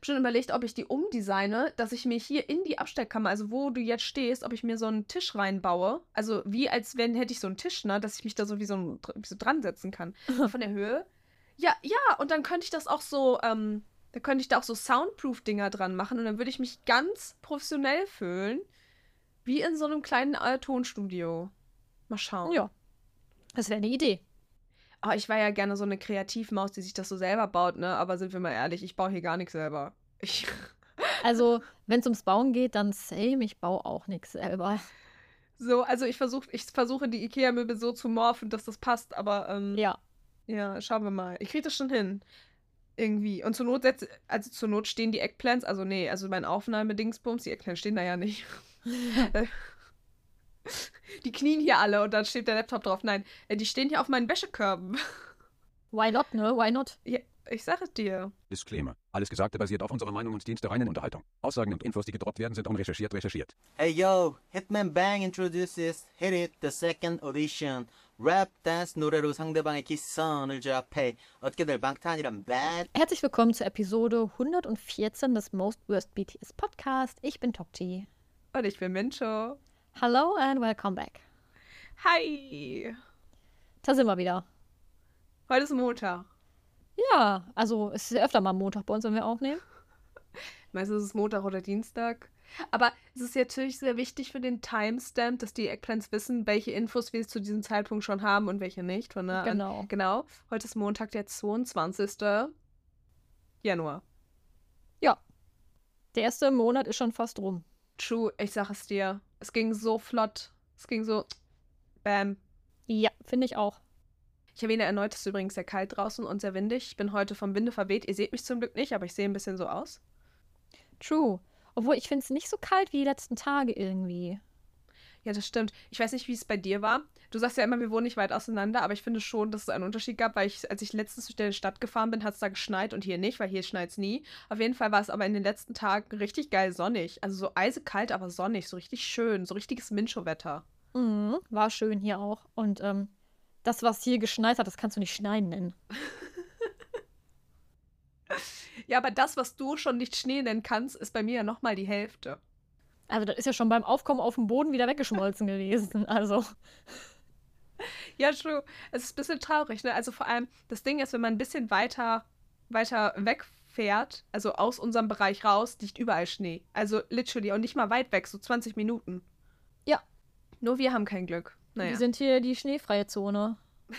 schon überlegt, ob ich die umdesigne, dass ich mir hier in die Abstellkammer, also wo du jetzt stehst, ob ich mir so einen Tisch reinbaue. Also wie als wenn hätte ich so einen Tisch, ne, dass ich mich da so wie so dran setzen kann. Von der Höhe. Ja, ja, und dann könnte ich das auch so, da könnte ich da auch so Soundproof-Dinger dran machen und dann würde ich mich ganz professionell fühlen, wie in so einem kleinen Tonstudio. Mal schauen. Ja, das wäre eine Idee. Oh, ich war ja gerne so eine Kreativmaus, die sich das so selber baut, ne? Aber sind wir mal ehrlich, ich baue hier gar nichts selber. Also, wenn es ums Bauen geht, dann same, ich baue auch nichts selber. So, also ich versuche die Ikea-Möbel so zu morphen, dass das passt, aber Ja. ja, schauen wir mal. Ich kriege das schon hin. Irgendwie. Und zur Not stehen die Eggplants, also nee, also mein Aufnahmedingsbums, die Eggplants stehen da ja nicht. Die knien hier alle und dann steht der Laptop drauf. Nein, die stehen hier auf meinen Wäschekörben. Why not, ne? Why not? Ja, ich sage es dir. Disclaimer. Alles Gesagte basiert auf unserer Meinung und dient der reinen Unterhaltung. Aussagen und Infos, die gedroppt werden, sind unrecherchiert recherchiert. Hey yo, Hitman Bang introduces Hit It, the second audition. 랩, 댄스, 노래로 상대방의 기선을 제압해. 어떻게들 방탄이란 bad. Herzlich willkommen zur Episode 114 des Most Worst BTS Podcast. Ich bin Tokchi. Und ich bin Mincho. Hello and welcome back. Hi. Da sind wir wieder. Heute ist Montag. Ja, also es ist ja öfter mal Montag bei uns, wenn wir aufnehmen. Meistens ist es Montag oder Dienstag. Aber es ist natürlich sehr wichtig für den Timestamp, dass die Eggplants wissen, welche Infos wir zu diesem Zeitpunkt schon haben und welche nicht. Von da an. Genau. Heute ist Montag, der 22. Januar. Ja. Der erste Monat ist schon fast rum. True, ich sag es dir. Es ging so flott. Es ging so bam. Ja, finde ich auch. Ich erwähne erneut, es ist übrigens sehr kalt draußen und sehr windig. Ich bin heute vom Winde verweht. Ihr seht mich zum Glück nicht, aber ich sehe ein bisschen so aus. True. Obwohl, ich finde es nicht so kalt wie die letzten Tage irgendwie. Ja, das stimmt. Ich weiß nicht, wie es bei dir war. Du sagst ja immer, wir wohnen nicht weit auseinander, aber ich finde schon, dass es einen Unterschied gab, weil als ich letztens durch die Stadt gefahren bin, hat es da geschneit und hier nicht, weil hier schneit es nie. Auf jeden Fall war es aber in den letzten Tagen richtig geil sonnig. Also so eisekalt, aber sonnig, so richtig schön, so richtiges Mincho-Wetter. Mhm, war schön hier auch. Und das, was hier geschneit hat, das kannst du nicht schneien nennen. Ja, aber das, was du schon nicht Schnee nennen kannst, ist bei mir ja nochmal die Hälfte. Also das ist ja schon beim Aufkommen auf dem Boden wieder weggeschmolzen gewesen. Also. Ja, true. Es ist ein bisschen traurig, ne? Also vor allem, das Ding ist, wenn man ein bisschen weiter wegfährt, also aus unserem Bereich raus, liegt überall Schnee. Also literally und nicht mal weit weg, so 20 Minuten. Ja. Nur wir haben kein Glück. Naja. Wir sind hier die schneefreie Zone.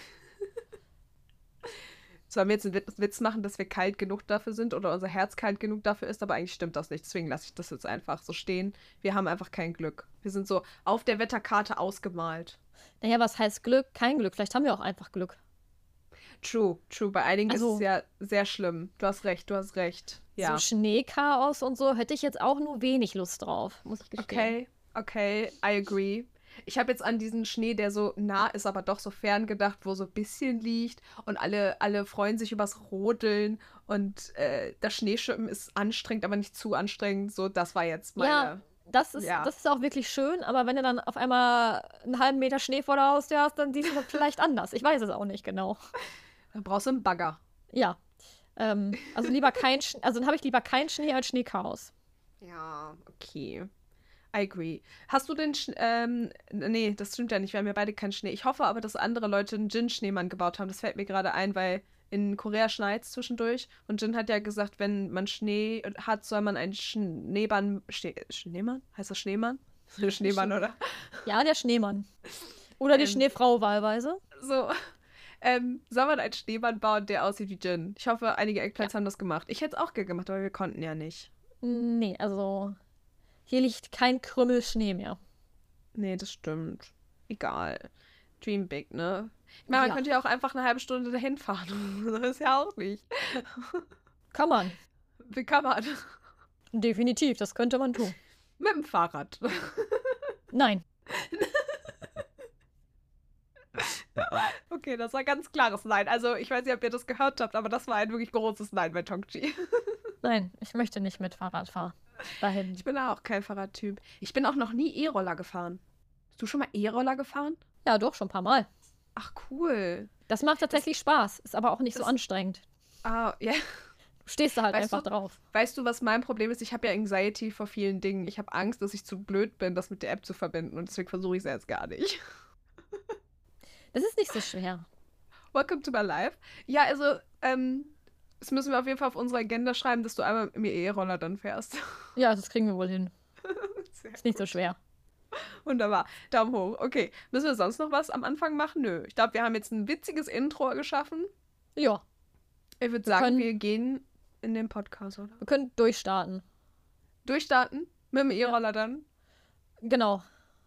Sollen wir jetzt einen Witz machen, dass wir kalt genug dafür sind oder unser Herz kalt genug dafür ist, aber eigentlich stimmt das nicht. Deswegen lasse ich das jetzt einfach so stehen. Wir haben einfach kein Glück. Wir sind so auf der Wetterkarte ausgemalt. Naja, was heißt Glück? Kein Glück. Vielleicht haben wir auch einfach Glück. True. Bei einigen Also, ist es ja sehr schlimm. Du hast recht. Ja. So Schneechaos und so hätte ich jetzt auch nur wenig Lust drauf, muss ich gestehen. Okay, I agree. Ich habe jetzt an diesen Schnee, der so nah ist, aber doch so fern gedacht, wo so ein bisschen liegt und alle freuen sich übers Rodeln und das Schneeschippen ist anstrengend, aber nicht zu anstrengend. So, das war jetzt meine... Ja, das ist auch wirklich schön, aber wenn du dann auf einmal einen halben Meter Schnee vor der Haustür hast, dann siehst du das vielleicht anders. Ich weiß es auch nicht genau. Dann brauchst du einen Bagger. Ja, also dann habe ich lieber keinen Schnee als Schneechaos. Ja, okay. I agree. Hast du den nee, das stimmt ja nicht, wir haben ja beide keinen Schnee. Ich hoffe aber, dass andere Leute einen Jin-Schneemann gebaut haben. Das fällt mir gerade ein, weil in Korea schneit es zwischendurch. Und Jin hat ja gesagt, wenn man Schnee hat, soll man einen Schneemann... Schneemann? Heißt das Schneemann? Schneemann, oder? Ja, der Schneemann. Oder die Schneefrau wahlweise. So. Soll man einen Schneemann bauen, der aussieht wie Jin? Ich hoffe, einige Eggplants haben das gemacht. Ich hätte es auch gerne gemacht, aber wir konnten ja nicht. Nee, also... Hier liegt kein Krümmel Schnee mehr. Nee, das stimmt. Egal. Dream big, ne? Ich meine, man könnte ja auch einfach eine halbe Stunde dahin fahren. Das ist ja auch nicht. Kann man. Wie kann man? Definitiv, das könnte man tun. Mit dem Fahrrad. Nein. Okay, das war ein ganz klares Nein. Also, ich weiß nicht, ob ihr das gehört habt, aber das war ein wirklich großes Nein bei Tongji. Nein, ich möchte nicht mit Fahrrad fahren. Dahin. Ich bin auch kein Fahrradtyp. Ich bin auch noch nie E-Roller gefahren. Bist du schon mal E-Roller gefahren? Ja, doch, schon ein paar Mal. Ach, cool. Das macht tatsächlich Spaß, ist aber auch nicht so anstrengend. Ah, ja. Stehst du halt Weißt einfach du- drauf. Weißt du, was mein Problem ist? Ich habe ja Anxiety vor vielen Dingen. Ich habe Angst, dass ich zu blöd bin, das mit der App zu verbinden. Und deswegen versuche ich es jetzt gar nicht. Das ist nicht so schwer. Welcome to my life. Ja, also, das müssen wir auf jeden Fall auf unsere Agenda schreiben, dass du einmal im E-Roller dann fährst. Ja, das kriegen wir wohl hin. Sehr Ist nicht so schwer. Wunderbar. Daumen hoch. Okay. Müssen wir sonst noch was am Anfang machen? Nö. Ich glaube, wir haben jetzt ein witziges Intro geschaffen. Ja, Ich würde Wir sagen, können- wir gehen in den Podcast, oder? wir können durchstarten. Durchstarten mit dem E-Roller dann. Genau.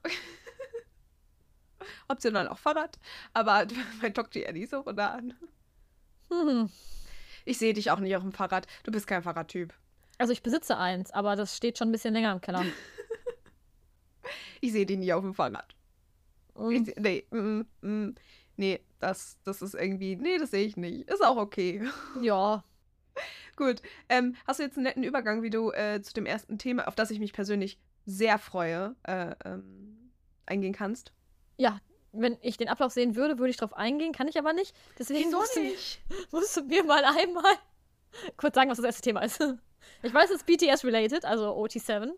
Optional auch Fahrrad. Aber mein Doktor ja nicht so runter an. Hm. Ich sehe dich auch nicht auf dem Fahrrad. Du bist kein Fahrradtyp. Also ich besitze eins, aber das steht schon ein bisschen länger im Keller. Ich sehe dich nie auf dem Fahrrad. Hm. Nee, das ist irgendwie. Nee, das sehe ich nicht. Ist auch okay. Ja, Gut. Hast du jetzt einen netten Übergang, wie du zu dem ersten Thema, auf das ich mich persönlich sehr freue, eingehen kannst? ja. Wenn ich den Ablauf sehen würde, würde ich drauf eingehen, kann ich aber nicht. Deswegen musst du mir mal einmal kurz sagen, was das erste Thema ist. Ich weiß, es ist BTS-related, also OT7.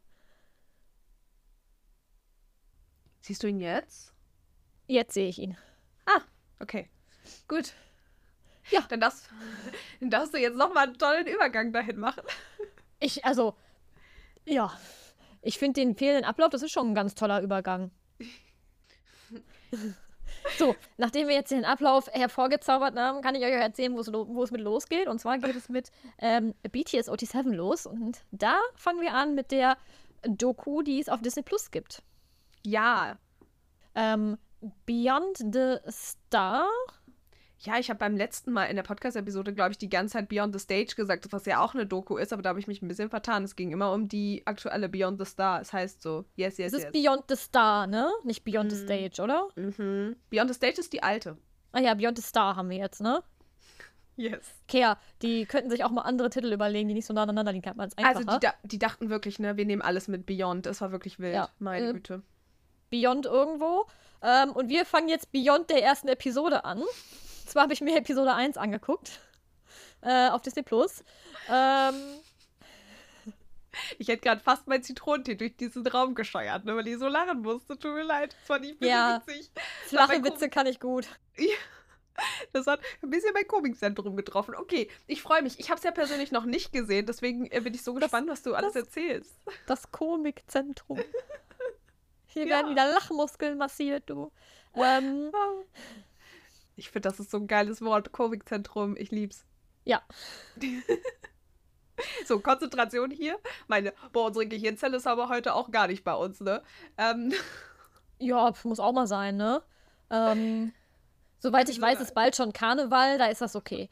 Siehst du ihn jetzt? Jetzt sehe ich ihn. Okay. Gut. Ja. Dann darfst du jetzt nochmal einen tollen Übergang dahin machen. Ja. Ich finde den fehlenden Ablauf, das ist schon ein ganz toller Übergang. So, nachdem wir jetzt den Ablauf hervorgezaubert haben, kann ich euch erzählen, wo es mit losgeht. Und zwar geht es mit BTS OT7 los. Und da fangen wir an mit der Doku, die es auf Disney Plus gibt. Ja. Beyond the Star. Ja, ich habe beim letzten Mal in der Podcast-Episode, glaube ich, die ganze Zeit Beyond the Stage gesagt, was ja auch eine Doku ist, aber da habe ich mich ein bisschen vertan. Es ging immer um die aktuelle Beyond the Star. Es heißt so, yes, Es yes, ist yes. Beyond the Star, ne? Nicht Beyond the Stage, oder? Mhm. Beyond the Stage ist die alte. Ah ja, Beyond the Star haben wir jetzt, ne? Yes. Kea, die könnten sich auch mal andere Titel überlegen, die nicht so nah aneinander liegen. Hat man es einfacher. Also die dachten wirklich, ne, wir nehmen alles mit Beyond. Das war wirklich wild. Ja, Meine Güte. Beyond irgendwo. Und wir fangen jetzt Beyond der ersten Episode an. Zwar habe ich mir Episode 1 angeguckt. Auf Disney Plus. Ich hätte gerade fast mein Zitronentee durch diesen Raum gescheuert, ne, weil ich so lachen musste. Tut mir leid. Das war nicht ein bisschen Ja. witzig. Flache Aber Witze kann ich gut. Das hat ein bisschen mein Komikzentrum getroffen. Okay, ich freue mich. Ich habe es ja persönlich noch nicht gesehen, deswegen bin ich so gespannt, was du alles erzählst. Das Komikzentrum. Hier Ja. werden wieder Lachmuskeln massiert, du. Ich finde, das ist so ein geiles Wort. Komikzentrum. Ich lieb's. Ja. So, Konzentration hier. Unsere Gehirnzelle ist aber heute auch gar nicht bei uns, ne? Ja, muss auch mal sein, ne? Soweit ich weiß, ist bald schon Karneval, da ist das okay.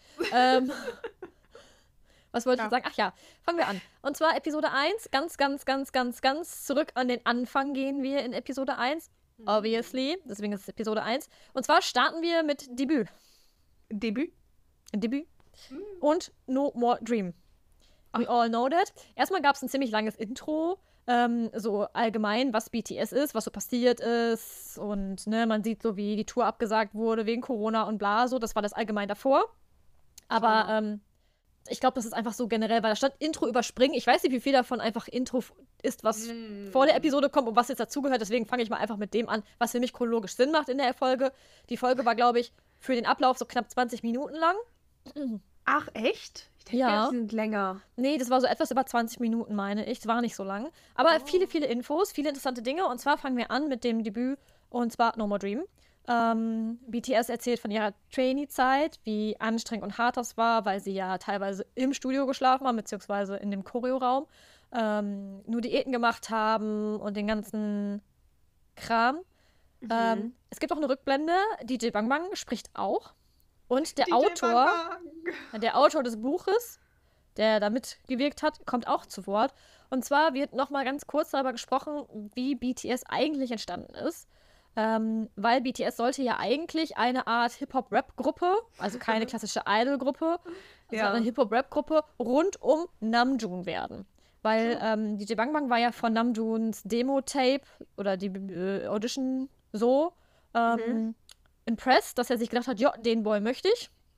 Was wollte ich Ja. sagen? Ach ja, fangen wir an. Und zwar Episode 1, ganz zurück an den Anfang gehen wir in Episode 1. Obviously, deswegen ist es Episode 1. Und zwar starten wir mit Debüt. Debüt. Und No More Dream. We all know that. Erstmal gab es ein ziemlich langes Intro, so allgemein, was BTS ist, was so passiert ist. Und ne, man sieht so, wie die Tour abgesagt wurde wegen Corona und bla, so. Das war das allgemein davor. Aber ich glaube, das ist einfach so generell, weil da stand Intro überspringen. Ich weiß nicht, wie viel davon einfach Intro ist, was vor der Episode kommt und was jetzt dazugehört. Deswegen fange ich mal einfach mit dem an, was für mich chronologisch Sinn macht in der Folge. Die Folge war, glaube ich, für den Ablauf so knapp 20 Minuten lang. Ach, echt? Ich denke, Ja. die sind länger. Nee, das war so etwas über 20 Minuten, meine ich. Das war nicht so lang. Aber viele Infos, viele interessante Dinge. Und zwar fangen wir an mit dem Debüt, und zwar No More Dream. BTS erzählt von ihrer Trainee-Zeit, wie anstrengend und hart das war, weil sie ja teilweise im Studio geschlafen haben, beziehungsweise in dem Choreoraum, nur Diäten gemacht haben und den ganzen Kram. Es gibt auch eine Rückblende. DJ Bang Bang spricht auch. Und der Autor des Buches, der da mitgewirkt hat, kommt auch zu Wort. Und zwar wird nochmal ganz kurz darüber gesprochen, wie BTS eigentlich entstanden ist. Weil BTS sollte ja eigentlich eine Art Hip-Hop-Rap-Gruppe, also keine klassische Idol-Gruppe, sondern eine Hip-Hop-Rap-Gruppe rund um Namjoon werden. Weil DJ Bang Bang war ja von Namjoons Demo-Tape oder die Audition so impressed, dass er sich gedacht hat, ja, den Boy möchte ich.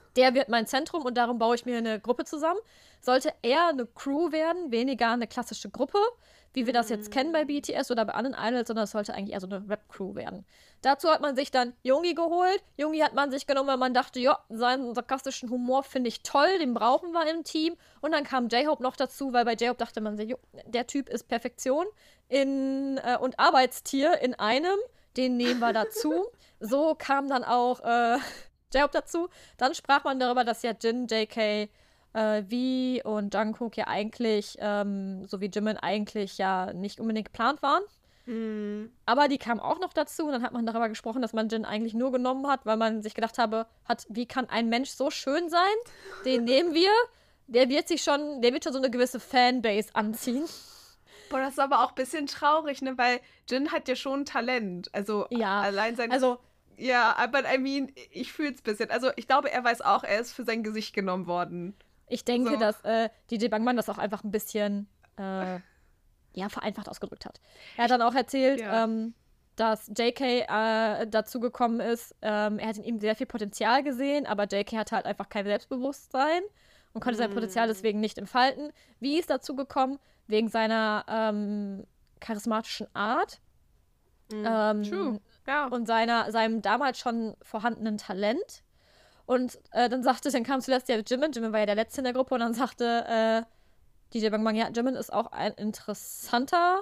Der wird mein Zentrum und darum baue ich mir eine Gruppe zusammen. Sollte eher eine Crew werden, weniger eine klassische Gruppe, wie wir das jetzt kennen bei BTS oder bei anderen Idols, sondern es sollte eigentlich eher so eine Rap-Crew werden. Dazu hat man sich dann Yoongi geholt. Yoongi hat man sich genommen, weil man dachte, ja, seinen sarkastischen Humor finde ich toll, den brauchen wir im Team. Und dann kam J-Hope noch dazu, weil bei J-Hope dachte man sich, jo, der Typ ist Perfektion und Arbeitstier in einem. Den nehmen wir dazu. So kam dann auch J-Hope dazu. Dann sprach man darüber, dass ja Jin, JK, V und Jungkook ja eigentlich, so wie Jimin eigentlich ja nicht unbedingt geplant waren. Aber die kamen auch noch dazu und dann hat man darüber gesprochen, dass man Jin eigentlich nur genommen hat, weil man sich gedacht hat, wie kann ein Mensch so schön sein? Den nehmen wir. Der wird schon so eine gewisse Fanbase anziehen. Boah, das ist aber auch ein bisschen traurig, ne? Weil Jin hat ja schon Talent. Also ja, allein sein... Also, ja, aber ich fühle es ein bisschen. Also ich glaube, er weiß auch, er ist für sein Gesicht genommen worden. ich denke, So. dass DJ Bangman das auch einfach ein bisschen vereinfacht ausgedrückt hat. Er hat dann auch erzählt, Ja. dass JK dazu gekommen ist. Er hat in ihm sehr viel Potenzial gesehen, aber JK hatte halt einfach kein Selbstbewusstern und konnte sein Potenzial deswegen nicht entfalten. Wie ist dazu gekommen? Wegen seiner charismatischen Art. True. Ja. Und seinem damals schon vorhandenen Talent. Und dann kam zuletzt ja Jimin. Jimin war ja der Letzte in der Gruppe und dann sagte DJ Bang Bang, ja, Jimin ist auch eine interessante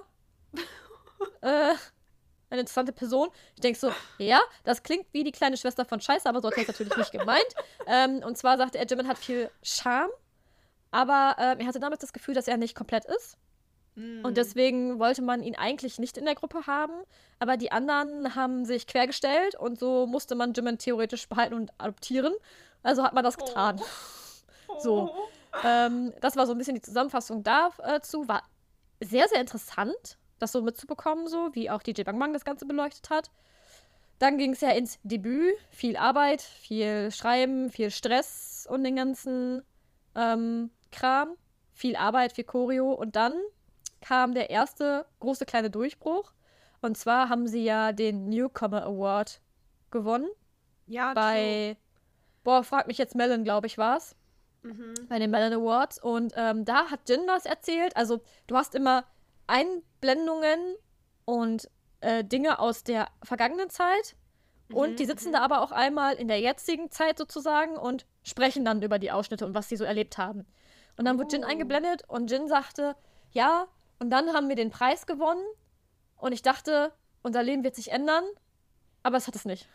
Person. Ich denke so, ja, das klingt wie die kleine Schwester von Scheiße, aber so hat er es natürlich nicht gemeint. Und zwar sagte er, Jimin hat viel Charme, aber er hatte damit das Gefühl, dass er nicht komplett ist. Und deswegen wollte man ihn eigentlich nicht in der Gruppe haben, aber die anderen haben sich quergestellt und so musste man Jimin theoretisch behalten und adoptieren. Also hat man das getan. So. Das war so ein bisschen die Zusammenfassung dazu. War sehr, sehr interessant, das so mitzubekommen, so wie auch DJ Bang Bang das Ganze beleuchtet hat. Dann ging es ja ins Debüt. Viel Arbeit, viel Schreiben, viel Stress und den ganzen Kram. Viel Arbeit, viel Choreo. Und dann kam der erste große kleine Durchbruch. Und zwar haben sie ja den Newcomer Award gewonnen. Ja, Frag mich jetzt Melon, glaube ich, war's. Bei den Melon Awards. Und da hat Jin was erzählt. Also, du hast immer Einblendungen und Dinge aus der vergangenen Zeit. Und die sitzen da aber auch einmal in der jetzigen Zeit sozusagen und sprechen dann über die Ausschnitte und was sie so erlebt haben. Und dann wurde Jin eingeblendet und Jin sagte, ja, und dann haben wir den Preis gewonnen. Und ich dachte, unser Leben wird sich ändern. Aber es hat es nicht.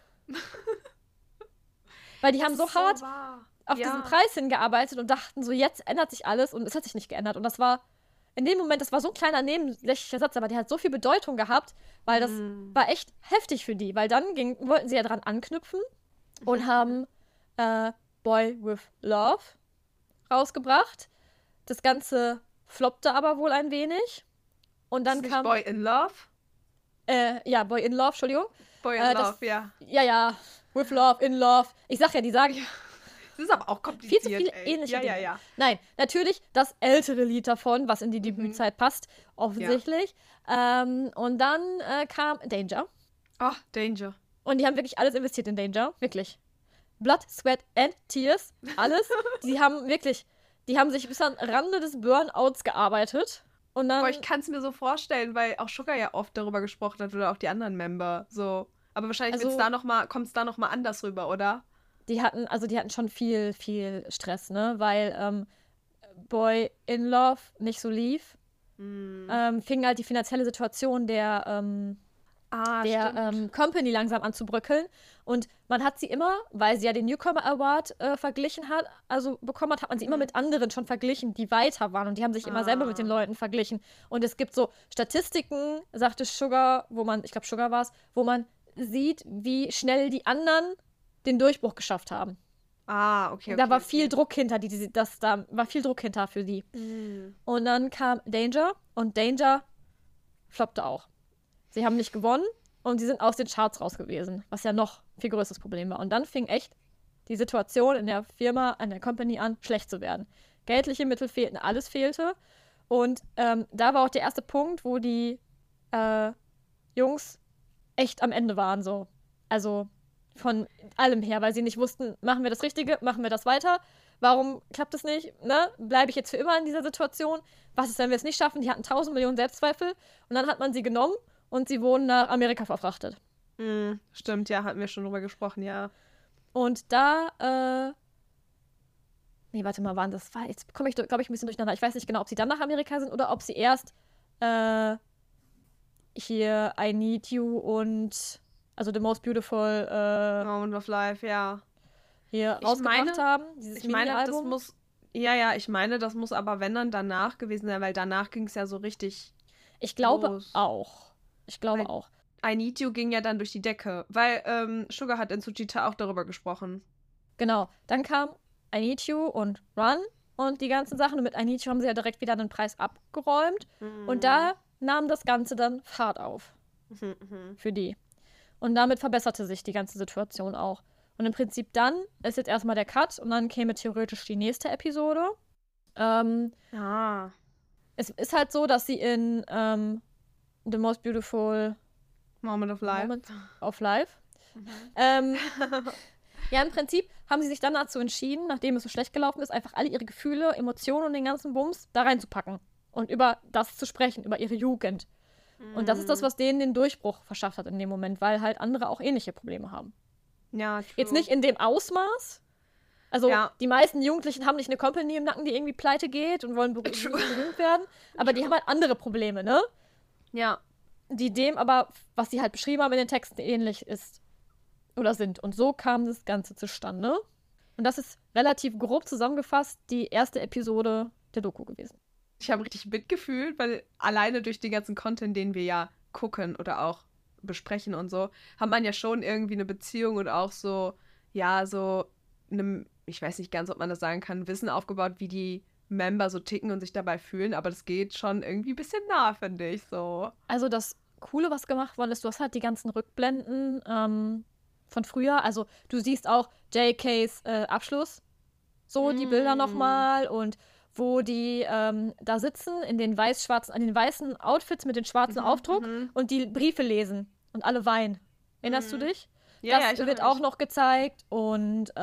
Weil die haben so hart auf diesen Preis hingearbeitet und dachten so, jetzt ändert sich alles und es hat sich nicht geändert. Und das war in dem Moment, das war so ein kleiner nebensächlicher Satz, aber der hat so viel Bedeutung gehabt, weil das war echt heftig für die. Weil dann wollten sie ja dran anknüpfen und haben Boy with Love rausgebracht. Das Ganze floppte aber wohl ein wenig. Und dann kam Boy in Love? Ja, Boy in Love, Entschuldigung. Boy in Love, ja. Ja, with Love, in Love. Ich sag ja, die sagen Das ist aber auch viel kompliziert. zu viele ähnliche Dinge. Ja. Nein, natürlich das ältere Lied davon, was in die Debützeit passt, offensichtlich. Und dann kam Danger. Oh, Danger. Und die haben wirklich alles investiert in Danger. Wirklich. Blood, Sweat and Tears. Alles. Die haben sich bis an Rande des Burnouts gearbeitet. Und dann. Boah, ich kann es mir so vorstellen, weil auch Sugar ja oft darüber gesprochen hat oder auch die anderen Member. So. Aber wahrscheinlich kommt es da noch mal anders rüber, oder? Die hatten schon viel, viel Stress, ne? Weil Boy in Love nicht so lief. Fing halt die finanzielle Situation der Company langsam an zu bröckeln. Und man hat sie immer, weil sie ja den Newcomer Award bekommen hat man sie immer mit anderen schon verglichen, die weiter waren. Und die haben sich immer selber mit den Leuten verglichen. Und es gibt so Statistiken, sagte Sugar, ich glaube Sugar war es, wo man sieht, wie schnell die anderen den Durchbruch geschafft haben. Okay. Da war viel Druck hinter, da war viel Druck hinter für die. Und dann kam Danger und Danger floppte auch. Sie haben nicht gewonnen und sie sind aus den Charts raus gewesen, was ja noch viel größeres Problem war. Und dann fing echt die Situation in der Firma, an der Company an, schlecht zu werden. Geldliche Mittel fehlten, alles fehlte. Und da war auch der erste Punkt, wo die Jungs echt am Ende waren, so. Also Von allem her, weil sie nicht wussten, machen wir das Richtige, machen wir das weiter? Warum klappt es nicht? Ne? Bleibe ich jetzt für immer in dieser Situation? Was ist, wenn wir es nicht schaffen? Die hatten 1000 Millionen Selbstzweifel und dann hat man sie genommen und sie wurden nach Amerika verfrachtet. Stimmt, ja, hatten wir schon drüber gesprochen, ja. Und da, nee, warte mal, jetzt komme ich, glaube ich, ein bisschen durcheinander. Ich weiß nicht genau, ob sie dann nach Amerika sind oder ob sie erst hier I Need You und also The Most Beautiful Moment of Life, ja. hier Ich rausgebracht meine- haben. Dieses Ich meine, das Mini-Album. muss. Ja, ich meine, das muss aber, wenn dann danach gewesen sein, weil danach ging es ja so richtig. Ich glaube los. auch. Ich glaube Weil- auch. I Need You ging ja dann durch die Decke, weil Sugar hat in Suchita auch darüber gesprochen. Genau. Dann kam I Need You und Run und die ganzen Sachen. Und mit I Need You haben sie ja direkt wieder einen Preis abgeräumt. Und da nahm das Ganze dann Fahrt auf für die. Und damit verbesserte sich die ganze Situation auch. Und im Prinzip dann ist jetzt erstmal der Cut und dann käme theoretisch die nächste Episode. Es ist halt so, dass sie in The Most Beautiful Moment of Life. Moment of Life. Ja, im Prinzip haben sie sich dann dazu entschieden, nachdem es so schlecht gelaufen ist, einfach alle ihre Gefühle, Emotionen und den ganzen Bums da reinzupacken und über das zu sprechen, über ihre Jugend. Und das ist das, was denen den Durchbruch verschafft hat in dem Moment, weil halt andere auch ähnliche Probleme haben. Ja, true. Jetzt nicht in dem Ausmaß. Also Ja. die meisten Jugendlichen haben nicht eine Company im Nacken, die irgendwie pleite geht und wollen berühmt werden, aber die haben halt andere Probleme, ne? Ja. Die dem aber, was sie halt beschrieben haben in den Texten, ähnlich ist oder sind. Und so kam das Ganze zustande. Und das ist relativ grob zusammengefasst die erste Episode der Doku gewesen. Ich habe richtig mitgefühlt, weil alleine durch den ganzen Content, den wir ja gucken oder auch besprechen und so, hat man ja schon irgendwie eine Beziehung und auch so, ja, so einem, ich weiß nicht ganz, ob man das sagen kann, Wissen aufgebaut, wie die Member so ticken und sich dabei fühlen, aber das geht schon irgendwie ein bisschen nah, finde ich, so. Also das Coole, was gemacht worden ist, du hast halt die ganzen Rückblenden von früher. Also du siehst auch JKs Abschluss, so die Bilder nochmal und wo die da sitzen in den weiß-schwarzen, an den weißen Outfits mit dem schwarzen Aufdruck und die Briefe lesen und alle weinen. Erinnerst du dich? Ja, Das ich wird erinnere auch mich. noch gezeigt und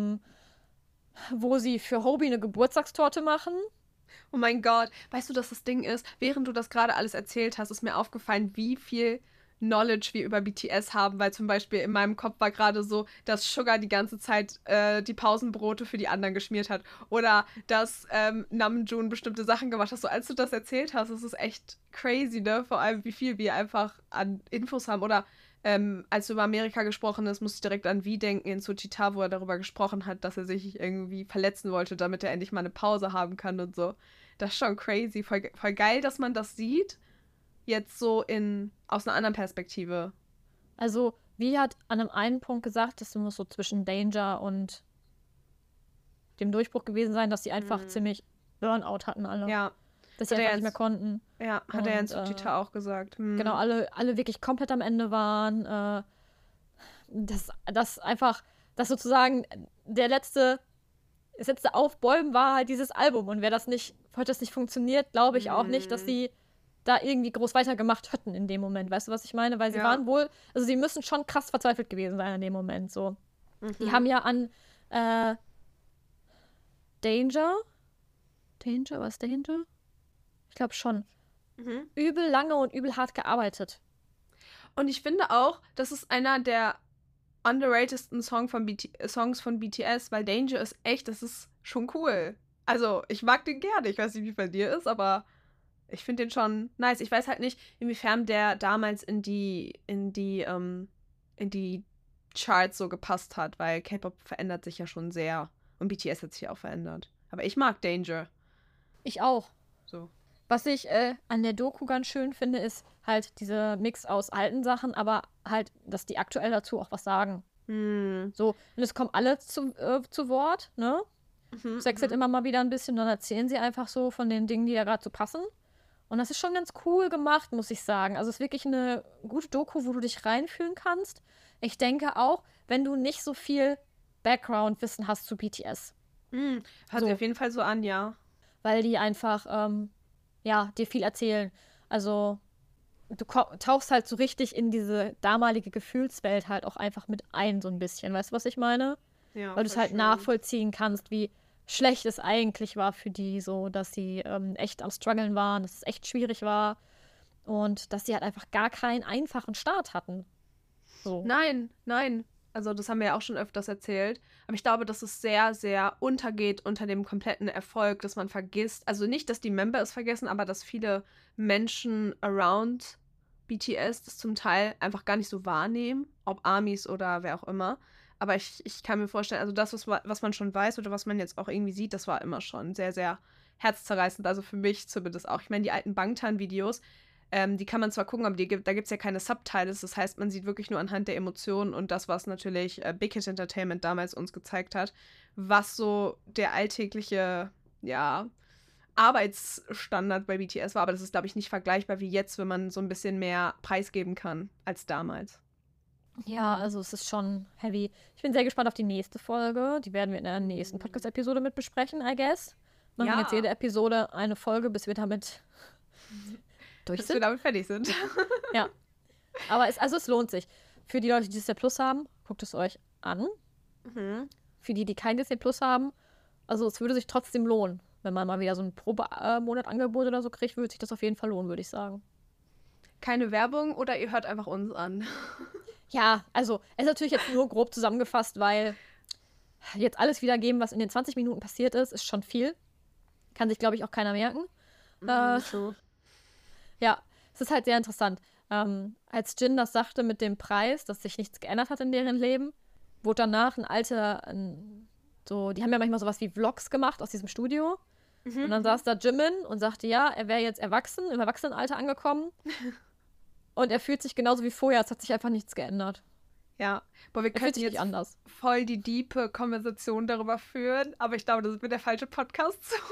wo sie für Hobie eine Geburtstagstorte machen. Oh mein Gott, weißt du, dass das Ding ist, während du das gerade alles erzählt hast, ist mir aufgefallen, wie viel Knowledge wir über BTS haben, weil zum Beispiel in meinem Kopf war gerade so, dass Sugar die ganze Zeit die Pausenbrote für die anderen geschmiert hat oder dass Namjoon bestimmte Sachen gemacht hat. So, als du das erzählt hast, ist es echt crazy, ne? Vor allem, wie viel wir einfach an Infos haben. Oder als du über Amerika gesprochen hast, musste ich direkt an V denken in Suchita, wo er darüber gesprochen hat, dass er sich irgendwie verletzen wollte, damit er endlich mal eine Pause haben kann und so. Das ist schon crazy. Voll geil, dass man das sieht. Jetzt so aus einer anderen Perspektive. Also, wie hat an einem einen Punkt gesagt, das muss so zwischen Danger und dem Durchbruch gewesen sein, dass sie einfach ziemlich Burnout hatten alle. Ja, Dass sie Hat er einfach nicht jetzt- mehr konnten. ja, hat er in Und, Suchita auch gesagt. Genau, alle wirklich komplett am Ende waren. Das einfach, das sozusagen das letzte Aufbäumen war halt dieses Album. Und hätte das nicht funktioniert, glaube ich auch nicht, dass sie da irgendwie groß weitergemacht hätten in dem Moment. Weißt du, was ich meine? Weil sie Ja. waren wohl, also sie müssen schon krass verzweifelt gewesen sein in dem Moment. So. Die haben ja an Danger? Was Danger? Ich glaube schon. Übel lange und übel hart gearbeitet. Und ich finde auch, das ist einer der underratedsten Songs von BTS, weil Danger ist echt, das ist schon cool. Also, ich mag den gerne. Ich weiß nicht, wie es bei dir ist, aber ich finde den schon nice. Ich weiß halt nicht, inwiefern der damals in die Charts so gepasst hat, weil K-Pop verändert sich ja schon sehr. Und BTS hat sich auch verändert. Aber ich mag Danger. Ich auch. So. Was ich an der Doku ganz schön finde, ist halt dieser Mix aus alten Sachen, aber halt, dass die aktuell dazu auch was sagen. So, und es kommen alle zu Wort, ne? Es wechselt immer mal wieder ein bisschen, dann erzählen sie einfach so von den Dingen, die da gerade so passen. Und das ist schon ganz cool gemacht, muss ich sagen. Also es ist wirklich eine gute Doku, wo du dich reinfühlen kannst. Ich denke auch, wenn du nicht so viel Background-Wissen hast zu BTS. Hört So. sich auf jeden Fall so an, ja. Weil die einfach, dir viel erzählen. Also, du tauchst halt so richtig in diese damalige Gefühlswelt halt auch einfach mit ein, so ein bisschen. Weißt du, was ich meine? Ja, Weil du es voll halt schön. nachvollziehen kannst, wie schlecht es eigentlich war für die, so, dass sie echt am Struggeln waren, dass es echt schwierig war und dass sie halt einfach gar keinen einfachen Start hatten. So. Nein, nein. Also das haben wir ja auch schon öfters erzählt. Aber ich glaube, dass es sehr, sehr untergeht unter dem kompletten Erfolg, dass man vergisst. Also nicht, dass die Member es vergessen, aber dass viele Menschen around BTS das zum Teil einfach gar nicht so wahrnehmen. Ob Armies oder wer auch immer. Aber ich kann mir vorstellen, also das, was man schon weiß oder was man jetzt auch irgendwie sieht, das war immer schon sehr, sehr herzzerreißend. Also für mich zumindest auch. Ich meine, die alten Bangtan-Videos, die kann man zwar gucken, aber da gibt es ja keine Subtitles. Das heißt, man sieht wirklich nur anhand der Emotionen und das, was natürlich Big Hit Entertainment damals uns gezeigt hat, was so der alltägliche, ja, Arbeitsstandard bei BTS war. Aber das ist, glaube ich, nicht vergleichbar wie jetzt, wenn man so ein bisschen mehr preisgeben kann als damals. Ja, also es ist schon heavy. Ich bin sehr gespannt auf die nächste Folge. Die werden wir in der nächsten Podcast-Episode mit besprechen, I guess. Machen Ja. jetzt jede Episode eine Folge, bis wir damit durch Bis wir sind. damit fertig sind. Ja. Aber es lohnt sich. Für die Leute, die Disney Plus haben, guckt es euch an. Mhm. Für die, die kein Disney Plus haben, also es würde sich trotzdem lohnen. Wenn man mal wieder so ein Probemonat-Angebot oder so kriegt, würde sich das auf jeden Fall lohnen, würde ich sagen. Keine Werbung oder ihr hört einfach uns an. Ja, also es ist natürlich jetzt nur grob zusammengefasst, weil jetzt alles wiedergeben, was in den 20 Minuten passiert ist schon viel. Kann sich, glaube ich, auch keiner merken. True. Ja, es ist halt sehr interessant. Als Jin das sagte mit dem Preis, dass sich nichts geändert hat in deren Leben, wurde danach die haben ja manchmal sowas wie Vlogs gemacht aus diesem Studio. Und dann saß da Jimin und sagte, ja, er wäre jetzt erwachsen, im Erwachsenenalter angekommen. Und er fühlt sich genauso wie vorher, es hat sich einfach nichts geändert. Ja, boah, wir Er fühlt könnten sich nicht jetzt anders. voll die diepe Konversation darüber führen, aber ich glaube, das ist mir der falsche Podcast zu.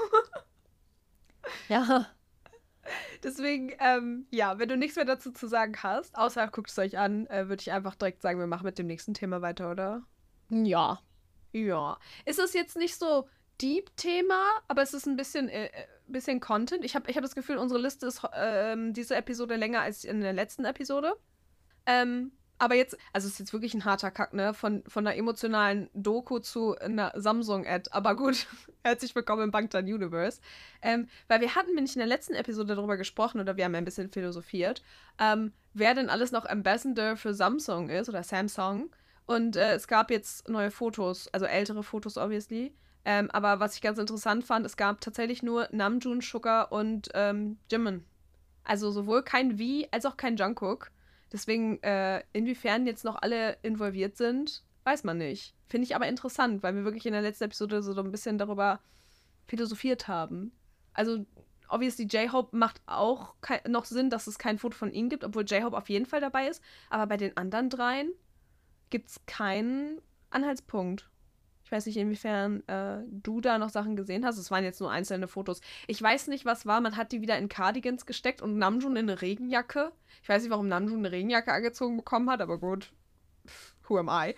Ja, Deswegen, ja, wenn du nichts mehr dazu zu sagen hast, außer guckt es euch an, würde ich einfach direkt sagen, wir machen mit dem nächsten Thema weiter, oder? ja. Ja. Ist es jetzt nicht so Deep-Thema, aber es ist ein bisschen Content. Ich hab das Gefühl, unsere Liste ist diese Episode länger als in der letzten Episode. Aber jetzt, also es ist jetzt wirklich ein harter Kack, ne? Von einer emotionalen Doku zu einer Samsung-Ad. Aber gut, herzlich willkommen im Bangtan Universe. Weil wir hatten nämlich in der letzten Episode darüber gesprochen, oder wir haben ein bisschen philosophiert, wer denn alles noch Ambassador für Samsung ist, oder Samsung. Und es gab jetzt neue Fotos, also ältere Fotos, obviously. Aber was ich ganz interessant fand, es gab tatsächlich nur Namjoon, Suga und Jimin. Also sowohl kein V als auch kein Jungkook. Deswegen, inwiefern jetzt noch alle involviert sind, weiß man nicht. Finde ich aber interessant, weil wir wirklich in der letzten Episode so ein bisschen darüber philosophiert haben. Also, obviously, J-Hope macht auch noch Sinn, dass es kein Foto von ihm gibt, obwohl J-Hope auf jeden Fall dabei ist. Aber bei den anderen dreien gibt es keinen Anhaltspunkt. Ich weiß nicht, inwiefern du da noch Sachen gesehen hast. Es waren jetzt nur einzelne Fotos. Ich weiß nicht, was war. Man hat die wieder in Cardigans gesteckt und Namjoon in eine Regenjacke. Ich weiß nicht, warum Namjoon eine Regenjacke angezogen bekommen hat, aber gut. Who am I?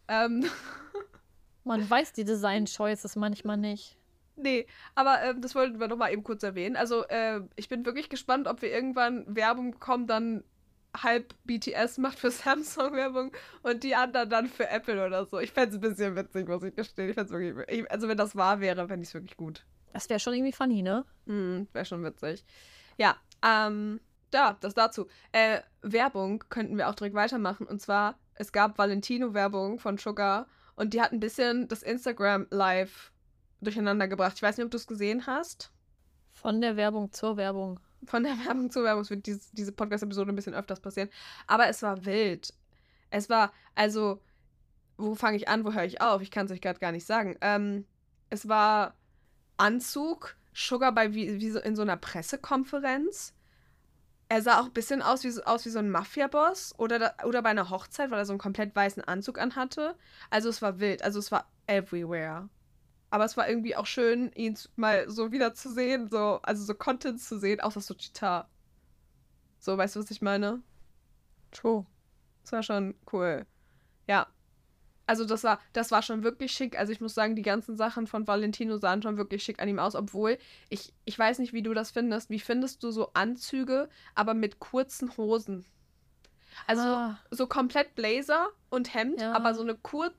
Man weiß die Design-Choices manchmal nicht. Nee, aber das wollten wir noch mal eben kurz erwähnen. Also, ich bin wirklich gespannt, ob wir irgendwann Werbung bekommen, dann halb BTS macht für Samsung Werbung und die anderen dann für Apple oder so. Ich fände es ein bisschen witzig, muss ich gestehen. Ich fände es wirklich, also wenn das wahr wäre, fände ich es wirklich gut. Das wäre schon irgendwie funny, ne? Wäre schon witzig. Ja, das dazu. Werbung könnten wir auch direkt weitermachen. Und zwar, es gab Valentino-Werbung von Sugar und die hat ein bisschen das Instagram Live durcheinander gebracht. Ich weiß nicht, ob du es gesehen hast. Von der Werbung zur Werbung. Von der Werbung zur Werbung. Es wird diese Podcast-Episode ein bisschen öfters passieren. Aber es war wild. Es war, also, wo fange ich an, wo höre ich auf? Ich kann es euch gerade gar nicht sagen. Es war Anzug, Sugar bei wie so in so einer Pressekonferenz. Er sah auch ein bisschen aus wie so ein Mafia-Boss oder bei einer Hochzeit, weil er so einen komplett weißen Anzug anhatte. Also es war wild. Also es war everywhere. Aber es war irgendwie auch schön, ihn mal so wieder zu sehen, also so Content zu sehen, außer Suchita. So, weißt du, was ich meine? True. Das war schon cool. Ja. Also das war schon wirklich schick. Also ich muss sagen, die ganzen Sachen von Valentino sahen schon wirklich schick an ihm aus, obwohl ich weiß nicht, wie du das findest. Wie findest du so Anzüge, aber mit kurzen Hosen? Also so komplett Blazer und Hemd, aber so eine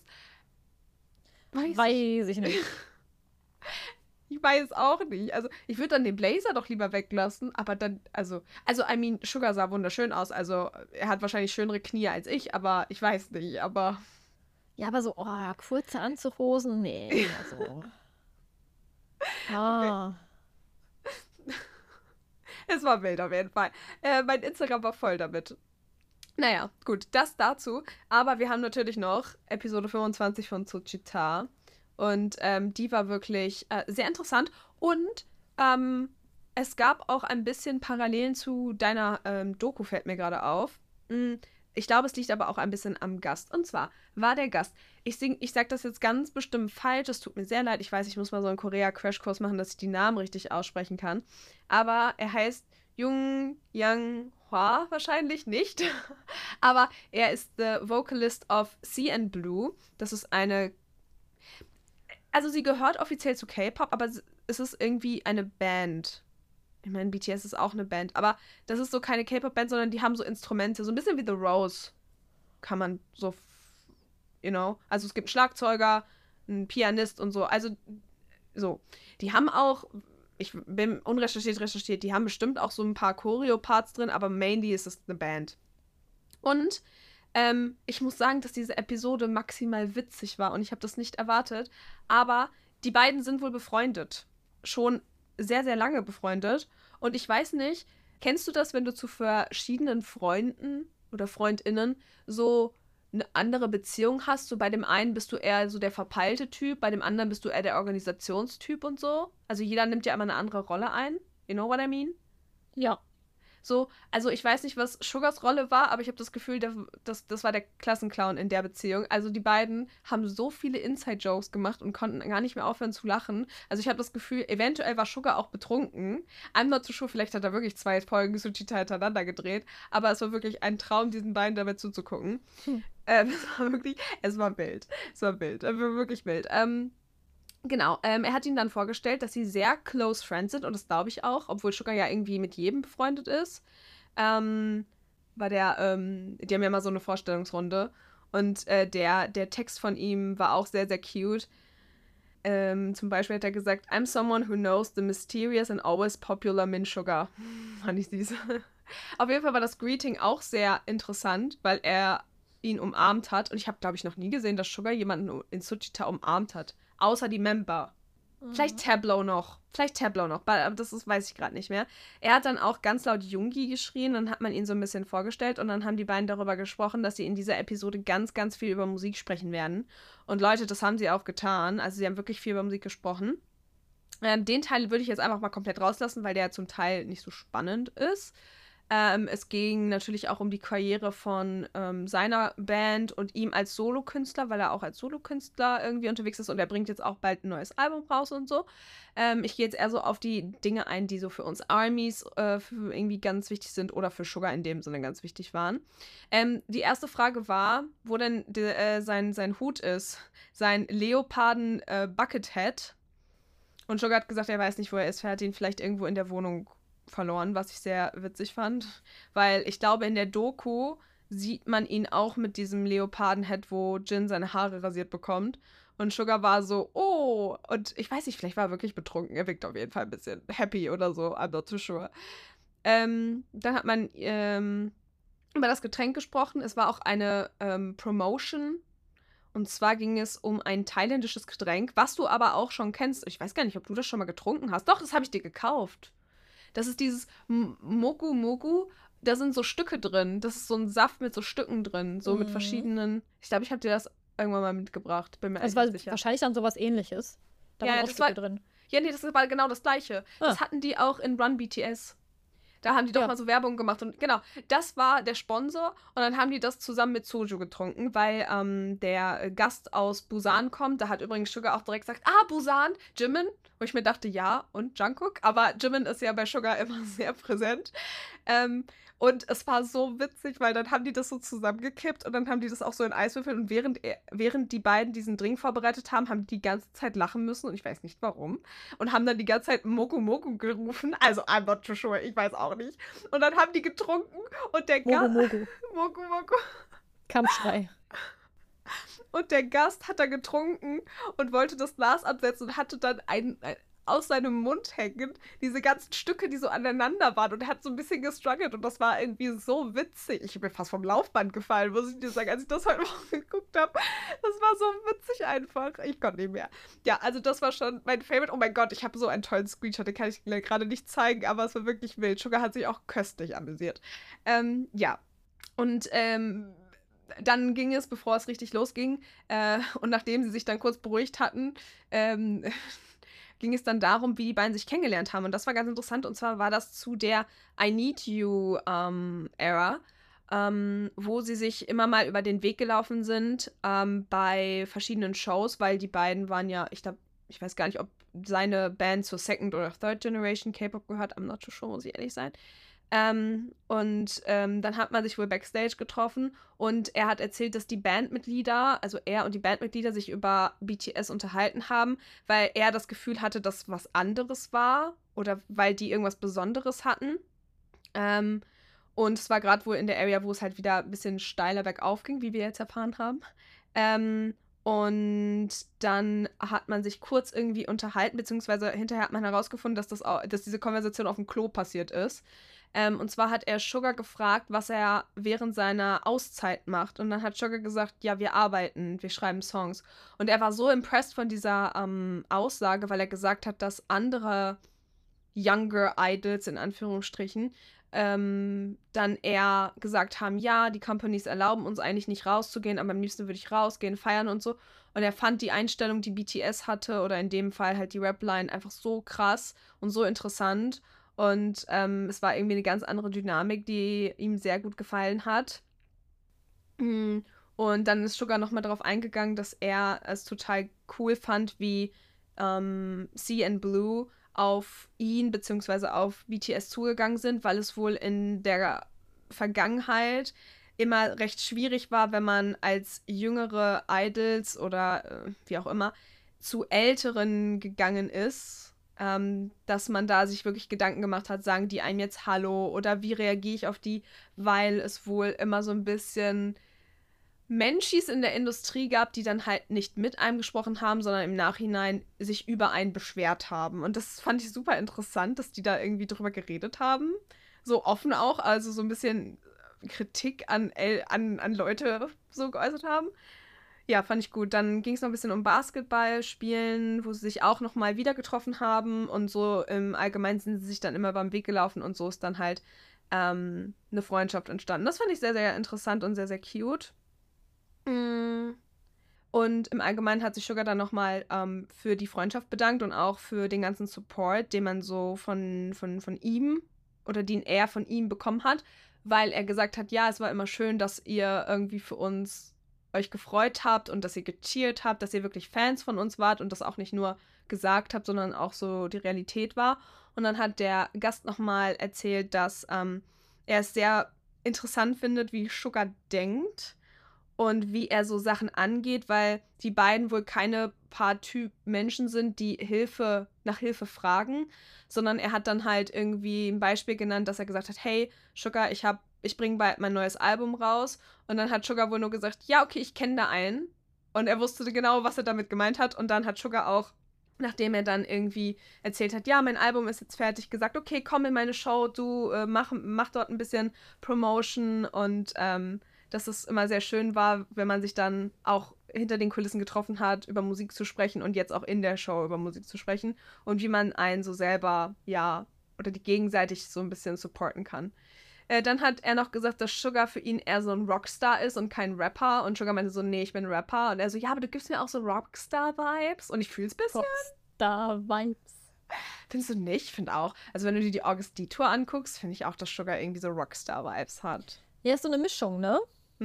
Weiß ich nicht. Ich weiß auch nicht. Also ich würde dann den Blazer doch lieber weglassen, aber dann, I mean, Sugar sah wunderschön aus. Also er hat wahrscheinlich schönere Knie als ich, aber ich weiß nicht, aber... Ja, aber so, kurze Anzughosen, nee, also. Es war wild auf jeden Fall. Mein Instagram war voll damit. Naja, gut, das dazu. Aber wir haben natürlich noch Episode 25 von Tsuchita. Und die war wirklich sehr interessant. Und es gab auch ein bisschen Parallelen zu deiner Doku, fällt mir gerade auf. Ich glaube, es liegt aber auch ein bisschen am Gast. Und zwar war der Gast, ich sage das jetzt ganz bestimmt falsch, es tut mir sehr leid. Ich weiß, ich muss mal so einen Korea-Crashkurs machen, dass ich die Namen richtig aussprechen kann. Aber er heißt Jung Yang Hwa, wahrscheinlich nicht. Aber er ist the vocalist of Sea and Blue. Das ist eine... Also sie gehört offiziell zu K-Pop, aber es ist irgendwie eine Band. Ich meine, BTS ist auch eine Band, aber das ist so keine K-Pop-Band, sondern die haben so Instrumente, so ein bisschen wie The Rose. Kann man so, Also es gibt einen Schlagzeuger, einen Pianist und so. Also, so. Die haben auch, ich bin recherchiert, die haben bestimmt auch so ein paar Choreo-Parts drin, aber mainly ist es eine Band. Und ich muss sagen, dass diese Episode maximal witzig war und ich habe das nicht erwartet, aber die beiden sind wohl befreundet. Schon sehr, sehr lange befreundet. Und ich weiß nicht, kennst du das, wenn du zu verschiedenen Freunden oder FreundInnen so eine andere Beziehung hast? So bei dem einen bist du eher so der verpeilte Typ, bei dem anderen bist du eher der Organisationstyp und so. Also jeder nimmt ja immer eine andere Rolle ein. You know what I mean? Ja. So, also ich weiß nicht, was Sugars Rolle war, aber ich habe das Gefühl, das war der Klassenclown in der Beziehung. Also die beiden haben so viele Inside-Jokes gemacht und konnten gar nicht mehr aufhören zu lachen. Also ich habe das Gefühl, eventuell war Sugar auch betrunken. I'm not so sure, vielleicht hat er wirklich 2 Folgen Tsuchita hintereinander gedreht, aber es war wirklich ein Traum, diesen beiden dabei zuzugucken. Es war wild. Es war wirklich wild. Genau, er hat ihnen dann vorgestellt, dass sie sehr close friends sind und das glaube ich auch, obwohl Sugar ja irgendwie mit jedem befreundet ist. Die haben ja mal so eine Vorstellungsrunde und der Text von ihm war auch sehr, sehr cute. Zum Beispiel hat er gesagt, I'm someone who knows the mysterious and always popular Min Sugar. Fand ich süß. Auf jeden Fall war das Greeting auch sehr interessant, weil er ihn umarmt hat und ich habe, glaube ich, noch nie gesehen, dass Sugar jemanden in Tsuchita umarmt hat. Außer die Member. Vielleicht Tableau noch, aber das weiß ich gerade nicht mehr. Er hat dann auch ganz laut Jungi geschrien, dann hat man ihn so ein bisschen vorgestellt und dann haben die beiden darüber gesprochen, dass sie in dieser Episode ganz, ganz viel über Musik sprechen werden. Und Leute, das haben sie auch getan. Also sie haben wirklich viel über Musik gesprochen. Den Teil würde ich jetzt einfach mal komplett rauslassen, weil der zum Teil nicht so spannend ist. Es ging natürlich auch um die Karriere von seiner Band und ihm als Solokünstler, weil er auch als Solokünstler irgendwie unterwegs ist und er bringt jetzt auch bald ein neues Album raus und so. Ich gehe jetzt eher so auf die Dinge ein, die so für uns Armies irgendwie ganz wichtig sind oder für Sugar in dem Sinne ganz wichtig waren. Die erste Frage war, wo denn sein Hut ist. Sein Leoparden Buckethead. Und Sugar hat gesagt, er weiß nicht, wo er ist. Er hat ihn vielleicht irgendwo in der Wohnung verloren, was ich sehr witzig fand, weil ich glaube, in der Doku sieht man ihn auch mit diesem Leopardenhead, wo Jin seine Haare rasiert bekommt und Sugar war so, oh, und ich weiß nicht, vielleicht war er wirklich betrunken, er wirkt auf jeden Fall ein bisschen happy oder so, I'm not too sure. Dann hat man über das Getränk gesprochen, es war auch eine Promotion und zwar ging es um ein thailändisches Getränk, was du aber auch schon kennst, ich weiß gar nicht, ob du das schon mal getrunken hast, doch, das habe ich dir gekauft. Das ist dieses Mogu Mogu. Da sind so Stücke drin. Das ist so ein Saft mit so Stücken drin. So mit verschiedenen. Ich glaube, ich habe dir das irgendwann mal mitgebracht. Bin mir das war sicher. Wahrscheinlich dann sowas Ähnliches. Da waren auch Stücke drin. Ja, nee, das war genau das Gleiche. Das hatten die auch in Run BTS. Da haben die doch Ja. mal so Werbung gemacht. Und genau, das war der Sponsor. Und dann haben die das zusammen mit Soju getrunken, weil der Gast aus Busan kommt. Da hat übrigens Suga auch direkt gesagt, Busan, Jimin. Wo ich mir dachte, ja, und Jungkook. Aber Jimin ist ja bei Suga immer sehr präsent. Und es war so witzig, weil dann haben die das so zusammengekippt und dann haben die das auch so in Eiswürfeln. Und während die beiden diesen Drink vorbereitet haben, haben die ganze Zeit lachen müssen und ich weiß nicht warum. Und haben dann die ganze Zeit Moku Moku gerufen. Also, I'm not too sure, ich weiß auch nicht. Und dann haben die getrunken und der Mogu Gast. Mogu. Moku Moku. Kampfschrei. Und der Gast hat da getrunken und wollte das Glas absetzen und hatte dann aus seinem Mund hängend diese ganzen Stücke, die so aneinander waren und er hat so ein bisschen gestruggelt und das war irgendwie so witzig. Ich bin fast vom Laufband gefallen, muss ich dir sagen, als ich das heute Morgen geguckt habe. Das war so witzig einfach. Ich konnte nicht mehr. Ja, also das war schon mein Favorite. Oh mein Gott, ich habe so einen tollen Screenshot, den kann ich dir gerade nicht zeigen, aber es war wirklich wild. Sugar hat sich auch köstlich amüsiert. Ja. Und dann ging es, bevor es richtig losging, und nachdem sie sich dann kurz beruhigt hatten, ging es dann darum, wie die beiden sich kennengelernt haben. Und das war ganz interessant. Und zwar war das zu der I Need You Era, wo sie sich immer mal über den Weg gelaufen sind bei verschiedenen Shows, weil die beiden waren ja, ich weiß gar nicht, ob seine Band zur Second oder Third Generation K-Pop gehört. I'm not too sure, muss ich ehrlich sein. Dann hat man sich wohl Backstage getroffen und er hat erzählt, dass die Bandmitglieder, also er und die Bandmitglieder sich über BTS unterhalten haben, weil er das Gefühl hatte, dass was anderes war oder weil die irgendwas Besonderes hatten. Und es war gerade wohl in der Area, wo es halt wieder ein bisschen steiler bergauf ging, wie wir jetzt erfahren haben. Und dann hat man sich kurz irgendwie unterhalten, beziehungsweise hinterher hat man herausgefunden, dass diese Konversation auf dem Klo passiert ist. Und zwar hat er Sugar gefragt, was er während seiner Auszeit macht. Und dann hat Sugar gesagt, ja, wir arbeiten, wir schreiben Songs. Und er war so impressed von dieser Aussage, weil er gesagt hat, dass andere Younger Idols, in Anführungsstrichen, dann eher gesagt haben, ja, die Companies erlauben uns eigentlich nicht rauszugehen, aber am liebsten würde ich rausgehen, feiern und so. Und er fand die Einstellung, die BTS hatte, oder in dem Fall halt die Rap-Line, einfach so krass und so interessant. Und es war irgendwie eine ganz andere Dynamik, die ihm sehr gut gefallen hat. Und dann ist Sugar nochmal darauf eingegangen, dass er es total cool fand, wie CNBLUE auf ihn bzw. auf BTS zugegangen sind, weil es wohl in der Vergangenheit immer recht schwierig war, wenn man als jüngere Idols oder wie auch immer zu älteren gegangen ist, dass man da sich wirklich Gedanken gemacht hat, sagen die einem jetzt Hallo oder wie reagiere ich auf die, weil es wohl immer so ein bisschen Menschis in der Industrie gab, die dann halt nicht mit einem gesprochen haben, sondern im Nachhinein sich über einen beschwert haben. Und das fand ich super interessant, dass die da irgendwie drüber geredet haben. So offen auch, also so ein bisschen Kritik an Leute so geäußert haben. Ja, fand ich gut. Dann ging es noch ein bisschen um Basketballspielen, wo sie sich auch nochmal wieder getroffen haben und so im Allgemeinen sind sie sich dann immer beim Weg gelaufen und so ist dann halt eine Freundschaft entstanden. Das fand ich sehr, sehr interessant und sehr, sehr cute. Und im Allgemeinen hat sich Sugar dann nochmal für die Freundschaft bedankt und auch für den ganzen Support, den man so von ihm oder den er von ihm bekommen hat, weil er gesagt hat, ja, es war immer schön, dass ihr irgendwie für uns euch gefreut habt und dass ihr gecheert habt, dass ihr wirklich Fans von uns wart und das auch nicht nur gesagt habt, sondern auch so die Realität war. Und dann hat der Gast nochmal erzählt, dass er es sehr interessant findet, wie Sugar denkt und wie er so Sachen angeht, weil die beiden wohl keine paar Typ Menschen sind, die nach Hilfe fragen, sondern er hat dann halt irgendwie ein Beispiel genannt, dass er gesagt hat, hey, Sugar, ich bringe bald mein neues Album raus. Und dann hat Sugar wohl nur gesagt, ja, okay, ich kenne da einen. Und er wusste genau, was er damit gemeint hat. Und dann hat Sugar auch, nachdem er dann irgendwie erzählt hat, ja, mein Album ist jetzt fertig, gesagt, okay, komm in meine Show, du mach dort ein bisschen Promotion. Und dass es immer sehr schön war, wenn man sich dann auch hinter den Kulissen getroffen hat, über Musik zu sprechen und jetzt auch in der Show über Musik zu sprechen. Und wie man einen so selber, ja, oder die gegenseitig so ein bisschen supporten kann. Dann hat er noch gesagt, dass Sugar für ihn eher so ein Rockstar ist und kein Rapper. Und Sugar meinte so, nee, ich bin Rapper. Und er so, ja, aber du gibst mir auch so Rockstar-Vibes. Und ich fühl's ein bisschen. Rockstar-Vibes. Findest du nicht? Ich finde auch. Also wenn du dir die August D-Tour anguckst, finde ich auch, dass Sugar irgendwie so Rockstar-Vibes hat. Ja, ist so eine Mischung, ne?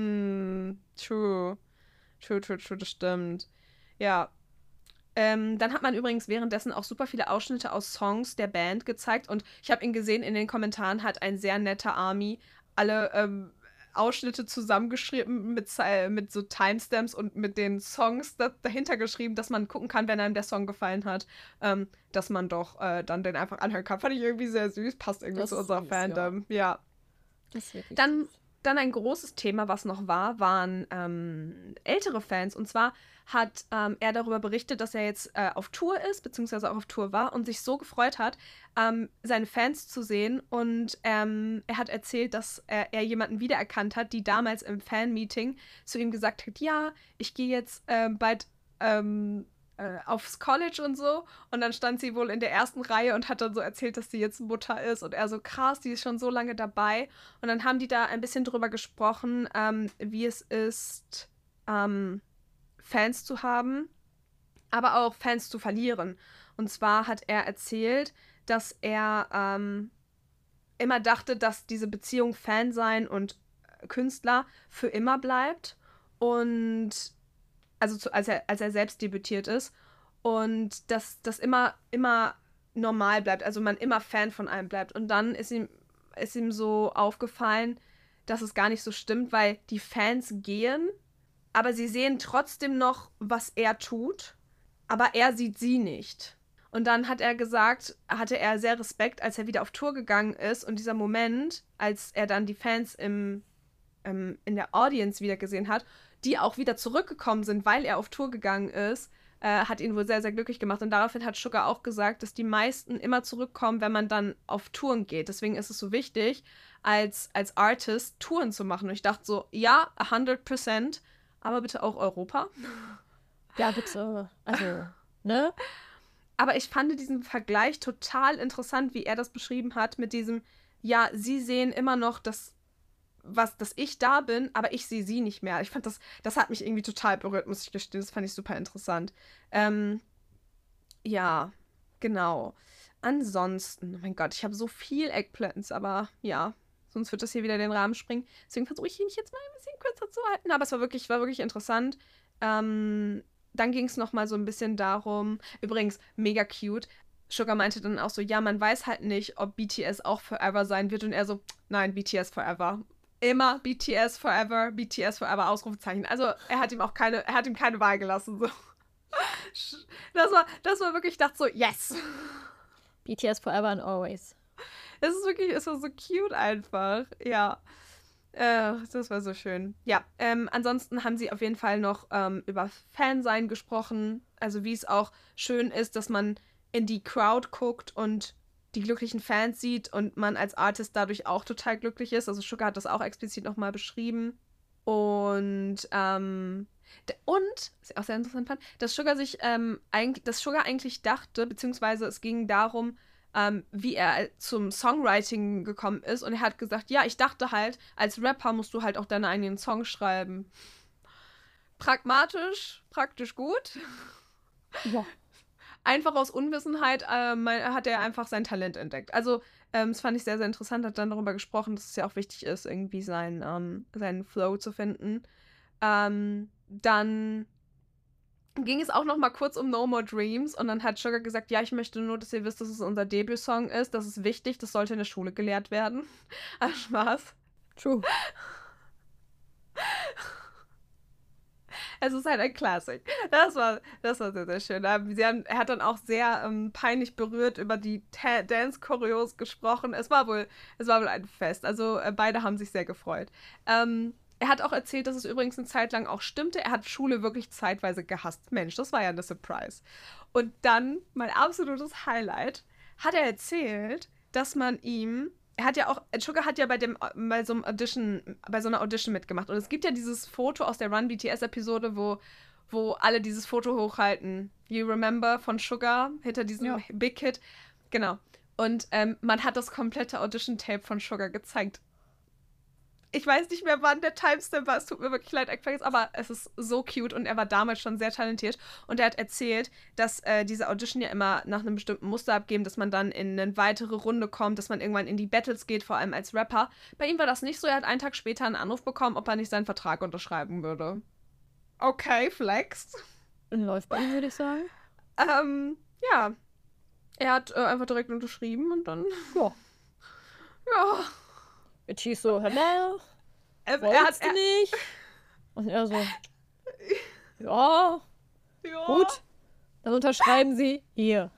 True. True, das stimmt. Ja. Dann hat man übrigens währenddessen auch super viele Ausschnitte aus Songs der Band gezeigt und ich habe ihn gesehen, in den Kommentaren hat ein sehr netter Army alle Ausschnitte zusammengeschrieben mit so Timestamps und mit den Songs dahinter geschrieben, dass man gucken kann, wenn einem der Song gefallen hat, dass man doch dann den einfach anhören kann. Fand ich irgendwie sehr süß, passt irgendwie Das zu ist unserer süß, Fandom. Ja. Das ist wirklich Dann ein großes Thema, was noch waren ältere Fans. Und zwar hat er darüber berichtet, dass er jetzt auf Tour ist, beziehungsweise auch auf Tour war und sich so gefreut hat, seine Fans zu sehen. Und er hat erzählt, dass er jemanden wiedererkannt hat, die damals im Fan-Meeting zu ihm gesagt hat, ja, ich gehe jetzt bald aufs College und so. Und dann stand sie wohl in der ersten Reihe und hat dann so erzählt, dass sie jetzt Mutter ist. Und er so, krass, die ist schon so lange dabei. Und dann haben die da ein bisschen drüber gesprochen, wie es ist, Fans zu haben, aber auch Fans zu verlieren. Und zwar hat er erzählt, dass er immer dachte, dass diese Beziehung Fan sein und Künstler für immer bleibt. Und also als er selbst debütiert ist und dass das immer normal bleibt, also man immer Fan von einem bleibt. Und dann ist ihm so aufgefallen, dass es gar nicht so stimmt, weil die Fans gehen, aber sie sehen trotzdem noch, was er tut, aber er sieht sie nicht. Und dann hat er gesagt, hatte er sehr Respekt, als er wieder auf Tour gegangen ist und dieser Moment, als er dann die Fans in der Audience wieder gesehen hat, die auch wieder zurückgekommen sind, weil er auf Tour gegangen ist, hat ihn wohl sehr, sehr glücklich gemacht. Und daraufhin hat Sugar auch gesagt, dass die meisten immer zurückkommen, wenn man dann auf Touren geht. Deswegen ist es so wichtig, als Artist Touren zu machen. Und ich dachte so, ja, 100%, aber bitte auch Europa. Ja, bitte. Also, ne? Aber ich fand diesen Vergleich total interessant, wie er das beschrieben hat, mit diesem, ja, sie sehen immer noch dass ich da bin, aber ich sehe sie nicht mehr. Ich fand das hat mich irgendwie total berührt, muss ich gestehen. Das fand ich super interessant. Ja, genau. Ansonsten, oh mein Gott, ich habe so viel Eggplants, aber ja, sonst wird das hier wieder den Rahmen springen. Deswegen versuche ich mich jetzt mal ein bisschen kürzer zu halten. Aber es war wirklich interessant. Dann ging es nochmal so ein bisschen darum, übrigens, mega cute. Sugar meinte dann auch so, ja, man weiß halt nicht, ob BTS auch forever sein wird. Und er so, nein, BTS forever. Immer BTS forever, Ausrufezeichen. Also er hat ihm keine Wahl gelassen. So. Das war wirklich, ich dachte so, yes. BTS forever and always. Es war so cute einfach. Ja. Das war so schön. Ja, ansonsten haben sie auf jeden Fall noch über Fansein gesprochen. Also wie es auch schön ist, dass man in die Crowd guckt und die glücklichen Fans sieht und man als Artist dadurch auch total glücklich ist. Also Sugar hat das auch explizit nochmal beschrieben. Und was ich auch sehr interessant fand, dass Sugar eigentlich dachte, beziehungsweise es ging darum, wie er zum Songwriting gekommen ist. Und er hat gesagt, ja, ich dachte halt, als Rapper musst du halt auch deine eigenen Songs schreiben. Pragmatisch, praktisch gut. Ja. Einfach aus Unwissenheit hat er einfach sein Talent entdeckt. Also, das fand ich sehr, sehr interessant. Hat dann darüber gesprochen, dass es ja auch wichtig ist, irgendwie seinen Flow zu finden. Dann ging es auch noch mal kurz um No More Dreams. Und dann hat Sugar gesagt, ja, ich möchte nur, dass ihr wisst, dass es unser Debütsong ist. Das ist wichtig, das sollte in der Schule gelehrt werden. Aber Spaß. True. Es ist halt ein Classic. Das war sehr, sehr schön. Er hat dann auch sehr peinlich berührt über die Dance-Choreos gesprochen. Es war wohl ein Fest. Also beide haben sich sehr gefreut. Er hat auch erzählt, dass es übrigens eine Zeit lang auch stimmte. Er hat Schule wirklich zeitweise gehasst. Mensch, das war ja eine Surprise. Und dann, mein absolutes Highlight, hat er erzählt, dass man ihm Sugar hat ja bei so einer Audition mitgemacht. Und es gibt ja dieses Foto aus der Run BTS Episode, wo alle dieses Foto hochhalten. You remember von Sugar hinter diesem Big Hit. Genau. Und man hat das komplette Audition-Tape von Sugar gezeigt. Ich weiß nicht mehr, wann der Timestamp war. Es tut mir wirklich leid, aber es ist so cute und er war damals schon sehr talentiert. Und er hat erzählt, dass diese Audition ja immer nach einem bestimmten Muster abgeben, dass man dann in eine weitere Runde kommt, dass man irgendwann in die Battles geht, vor allem als Rapper. Bei ihm war das nicht so. Er hat einen Tag später einen Anruf bekommen, ob er nicht seinen Vertrag unterschreiben würde. Okay, Flex. Läuft bei ihm, würde ich sagen. Ja. Er hat einfach direkt unterschrieben und dann. Ja. Ja. Jetzt hieß so, hello, Er wolltest du nicht? Und er so, ja, ja. gut. Dann unterschreiben sie hier.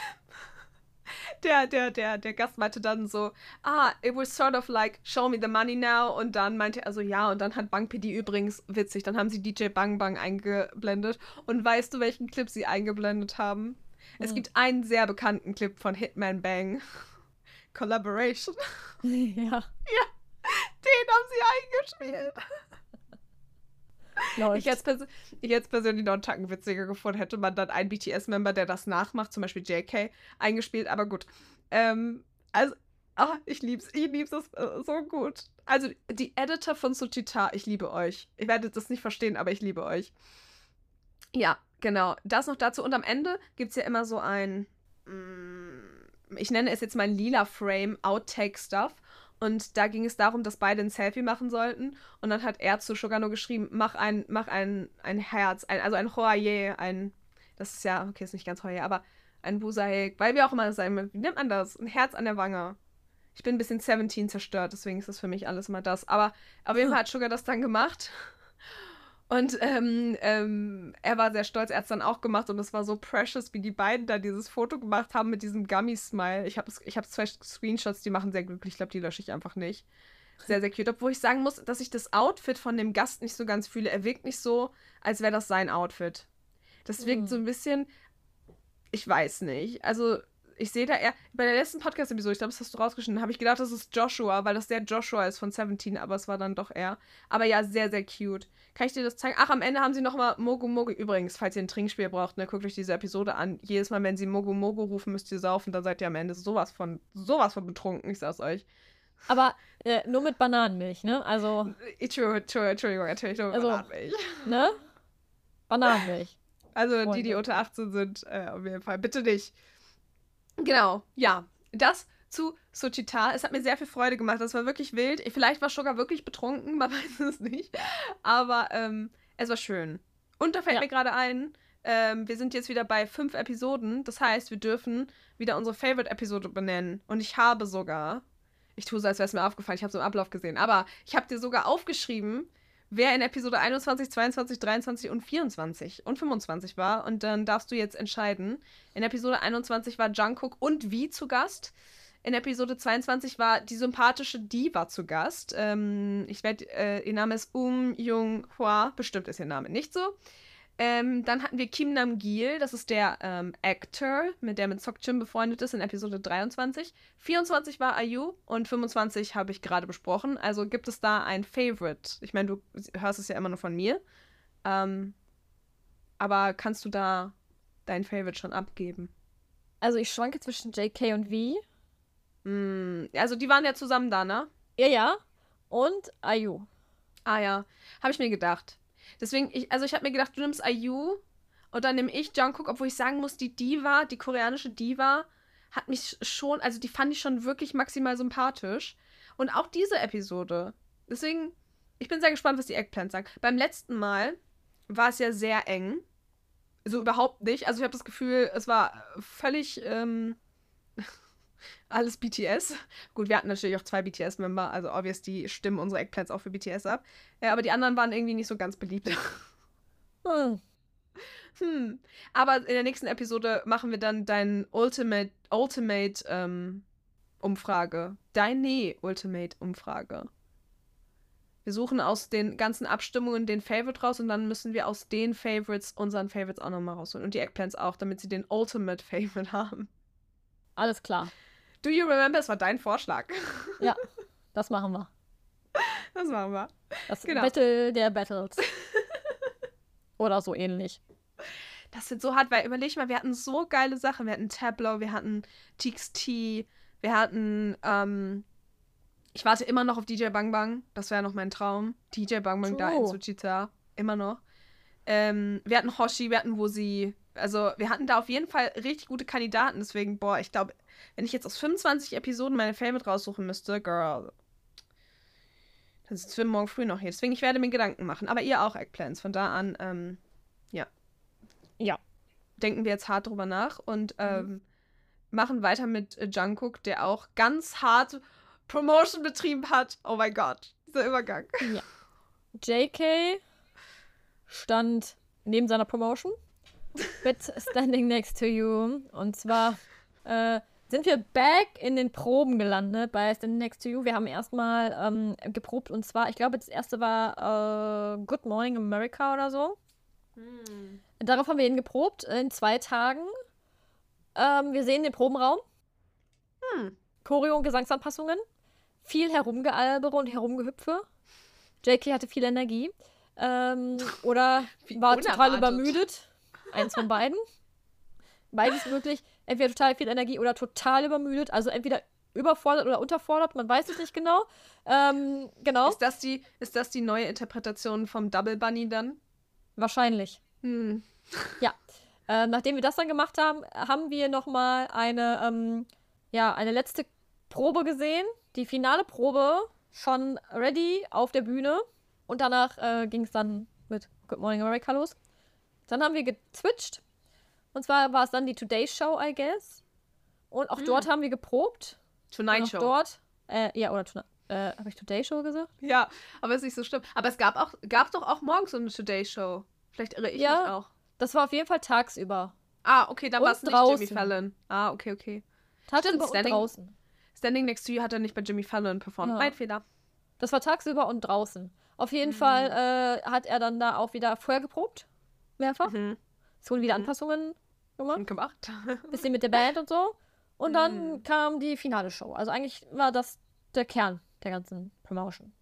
Der Gast meinte dann so, it was sort of like, show me the money now. Und dann meinte er so, ja, und dann hat Bang PD übrigens, witzig, dann haben sie DJ Bang Bang eingeblendet. Und weißt du, welchen Clip sie eingeblendet haben? Es gibt einen sehr bekannten Clip von Hitman Bang. Collaboration. Ja. Ja, den haben sie eingespielt. Ich hätte es persönlich noch einen Tacken witziger gefunden, hätte man dann einen BTS-Member, der das nachmacht, zum Beispiel JK, eingespielt, aber gut. Ich lieb's so gut. Also, die Editor von Suchita, ich liebe euch. Ich werde das nicht verstehen, aber ich liebe euch. Ja, genau. Das noch dazu. Und am Ende gibt es ja immer so ein, ich nenne es jetzt mal lila Frame, Outtake-Stuff. Und da ging es darum, dass beide ein Selfie machen sollten. Und dann hat er zu Sugar nur geschrieben, mach ein Herz, also ein Hoaye, das ist ja, okay, ist nicht ganz Hoaye, aber ein Busae, weil wir auch immer sagen, wie nennt man das? Ein Herz an der Wange. Ich bin ein bisschen 17 zerstört, deswegen ist das für mich alles immer das. Aber auf jeden Fall hat Sugar das dann gemacht. Und er war sehr stolz, er hat es dann auch gemacht und es war so precious, wie die beiden da dieses Foto gemacht haben mit diesem Gummy-Smile. Ich hab 2 Screenshots, die machen sehr glücklich, ich glaube, die lösche ich einfach nicht. Sehr, sehr cute. Obwohl ich sagen muss, dass ich das Outfit von dem Gast nicht so ganz fühle. Er wirkt nicht so, als wäre das sein Outfit. Das wirkt so ein bisschen, ich weiß nicht. Also ich sehe da eher, bei der letzten Podcast-Episode, ich glaube, das hast du rausgeschnitten, habe ich gedacht, das ist Joshua, weil das der Joshua ist von 17, aber es war dann doch er. Aber ja, sehr, sehr cute. Kann ich dir das zeigen? Ach, am Ende haben sie nochmal Mogu Mogu. Übrigens, falls ihr ein Trinkspiel braucht, ne, guckt euch diese Episode an. Jedes Mal, wenn sie Mogu Mogu rufen, müsst ihr saufen, dann seid ihr am Ende sowas von betrunken, ich sag's euch. Aber nur mit Bananenmilch, ne? Also. Entschuldigung, natürlich nur mit Bananenmilch. Ne? Bananenmilch. Also Freunde. die unter 18 sind, auf jeden Fall. Bitte nicht. Genau, ja. Das zu Suchita. Es hat mir sehr viel Freude gemacht. Das war wirklich wild. Vielleicht war Sugar wirklich betrunken, man weiß es nicht. Aber es war schön. Und da fällt mir gerade ein, wir sind jetzt wieder bei 5 Episoden. Das heißt, wir dürfen wieder unsere Favorite-Episode benennen. Und ich habe sogar, ich tue so, als wäre es mir aufgefallen, ich habe so einen Ablauf gesehen, aber ich habe dir sogar aufgeschrieben, wer in Episode 21, 22, 23 und 24 und 25 war. Und dann darfst du jetzt entscheiden. In Episode 21 war Jungkook und V zu Gast. In Episode 22 war die sympathische Diva zu Gast. Ihr Name ist Jung Hwa. Bestimmt ist ihr Name nicht so. Dann hatten wir Kim Nam-gil, das ist der Actor, der mit Seokjin befreundet ist, in Episode 23. 24 war IU und 25 habe ich gerade besprochen. Also gibt es da ein Favorite. Ich meine, du hörst es ja immer nur von mir. Aber kannst du da dein Favorite schon abgeben? Also ich schwanke zwischen JK und V. Also die waren ja zusammen da, ne? Ja. Und IU. Ah ja, habe ich mir gedacht. Deswegen, ich habe mir gedacht, du nimmst IU und dann nehme ich Jungkook, obwohl ich sagen muss, die Diva, die koreanische Diva, hat mich schon, also die fand ich schon wirklich maximal sympathisch. Und auch diese Episode. Deswegen, ich bin sehr gespannt, was die Eggplants sagen. Beim letzten Mal war es ja sehr eng. So überhaupt nicht. Also ich habe das Gefühl, es war völlig alles BTS. Gut, wir hatten natürlich auch 2 BTS-Member, also obviously stimmen unsere Eggplants auch für BTS ab. Ja, aber die anderen waren irgendwie nicht so ganz beliebt. Aber in der nächsten Episode machen wir dann deine Ultimate Umfrage. Deine Ultimate Umfrage. Wir suchen aus den ganzen Abstimmungen den Favorite raus und dann müssen wir aus den Favorites unseren Favorites auch nochmal rausholen. Und die Eggplants auch, damit sie den Ultimate Favorite haben. Alles klar. Do you remember? Es war dein Vorschlag. Ja, das machen wir. Das machen wir. Das Battle der Battles. Oder so ähnlich. Das wird so hart, weil überleg mal, wir hatten so geile Sachen. Wir hatten Tableau, wir hatten TXT, wir hatten Ich warte immer noch auf DJ Bang Bang. Das wäre noch mein Traum. DJ Bang Bang da in True. Suchita. Immer noch. Wir hatten Hoshi, wir hatten Wusi. Also, wir hatten da auf jeden Fall richtig gute Kandidaten. Deswegen, boah, ich glaube, wenn ich jetzt aus 25 Episoden meine Favorite raussuchen müsste, girl, dann sitzen wir morgen früh noch hier. Deswegen, ich werde mir Gedanken machen. Aber ihr auch Eggplants. Von da an, ja. Ja. Denken wir jetzt hart drüber nach und machen weiter mit Jungkook, der auch ganz hart Promotion betrieben hat. Oh mein Gott, dieser Übergang. Ja. JK stand neben seiner Promotion mit Standing Next to You. Und zwar sind wir back in den Proben gelandet bei Standing Next to You. Wir haben erstmal geprobt und zwar, ich glaube, das erste war Good Morning America oder so. Darauf haben wir ihn geprobt in 2 Tagen. Wir sehen den Probenraum. Choreo und Gesangsanpassungen. Viel Herumgealbere und Herumgehüpfe. JK hatte viel Energie. Oder Wie war total unerwartet. übermüdet. Eins von beiden. Beides möglich. Entweder total viel Energie oder total übermüdet. Also entweder überfordert oder unterfordert. Man weiß es nicht genau. Genau. Ist das die neue Interpretation vom Double Bunny dann? Wahrscheinlich. Hm. Ja. Nachdem wir das dann gemacht haben, haben wir nochmal eine letzte Probe gesehen. Die finale Probe von Ready auf der Bühne. Und danach ging es dann mit Good Morning America los. Dann haben wir geswitcht. Und zwar war es dann die Today Show, I guess. Und auch dort haben wir geprobt. Tonight Und Show. auch dort. Habe ich Today Show gesagt? Ja, aber ist nicht so schlimm. Aber es gab doch auch morgens so eine Today Show. Vielleicht irre ich Ja. mich auch. Das war auf jeden Fall tagsüber. Ah, okay, dann Und war es nicht draußen. Jimmy Fallon. Ah, okay. Tagsüber und Standing- draußen. Standing Next to You hat er nicht bei Jimmy Fallon performt. Ja. Mein Fehler. Das war tagsüber und draußen. Auf jeden Fall hat er dann da auch wieder vorher geprobt. Mehrfach. Es wurden wieder Anpassungen gemacht. Und gemacht. Bisschen mit der Band und so. Und dann kam die finale Show. Also eigentlich war das der Kern der ganzen Promotion.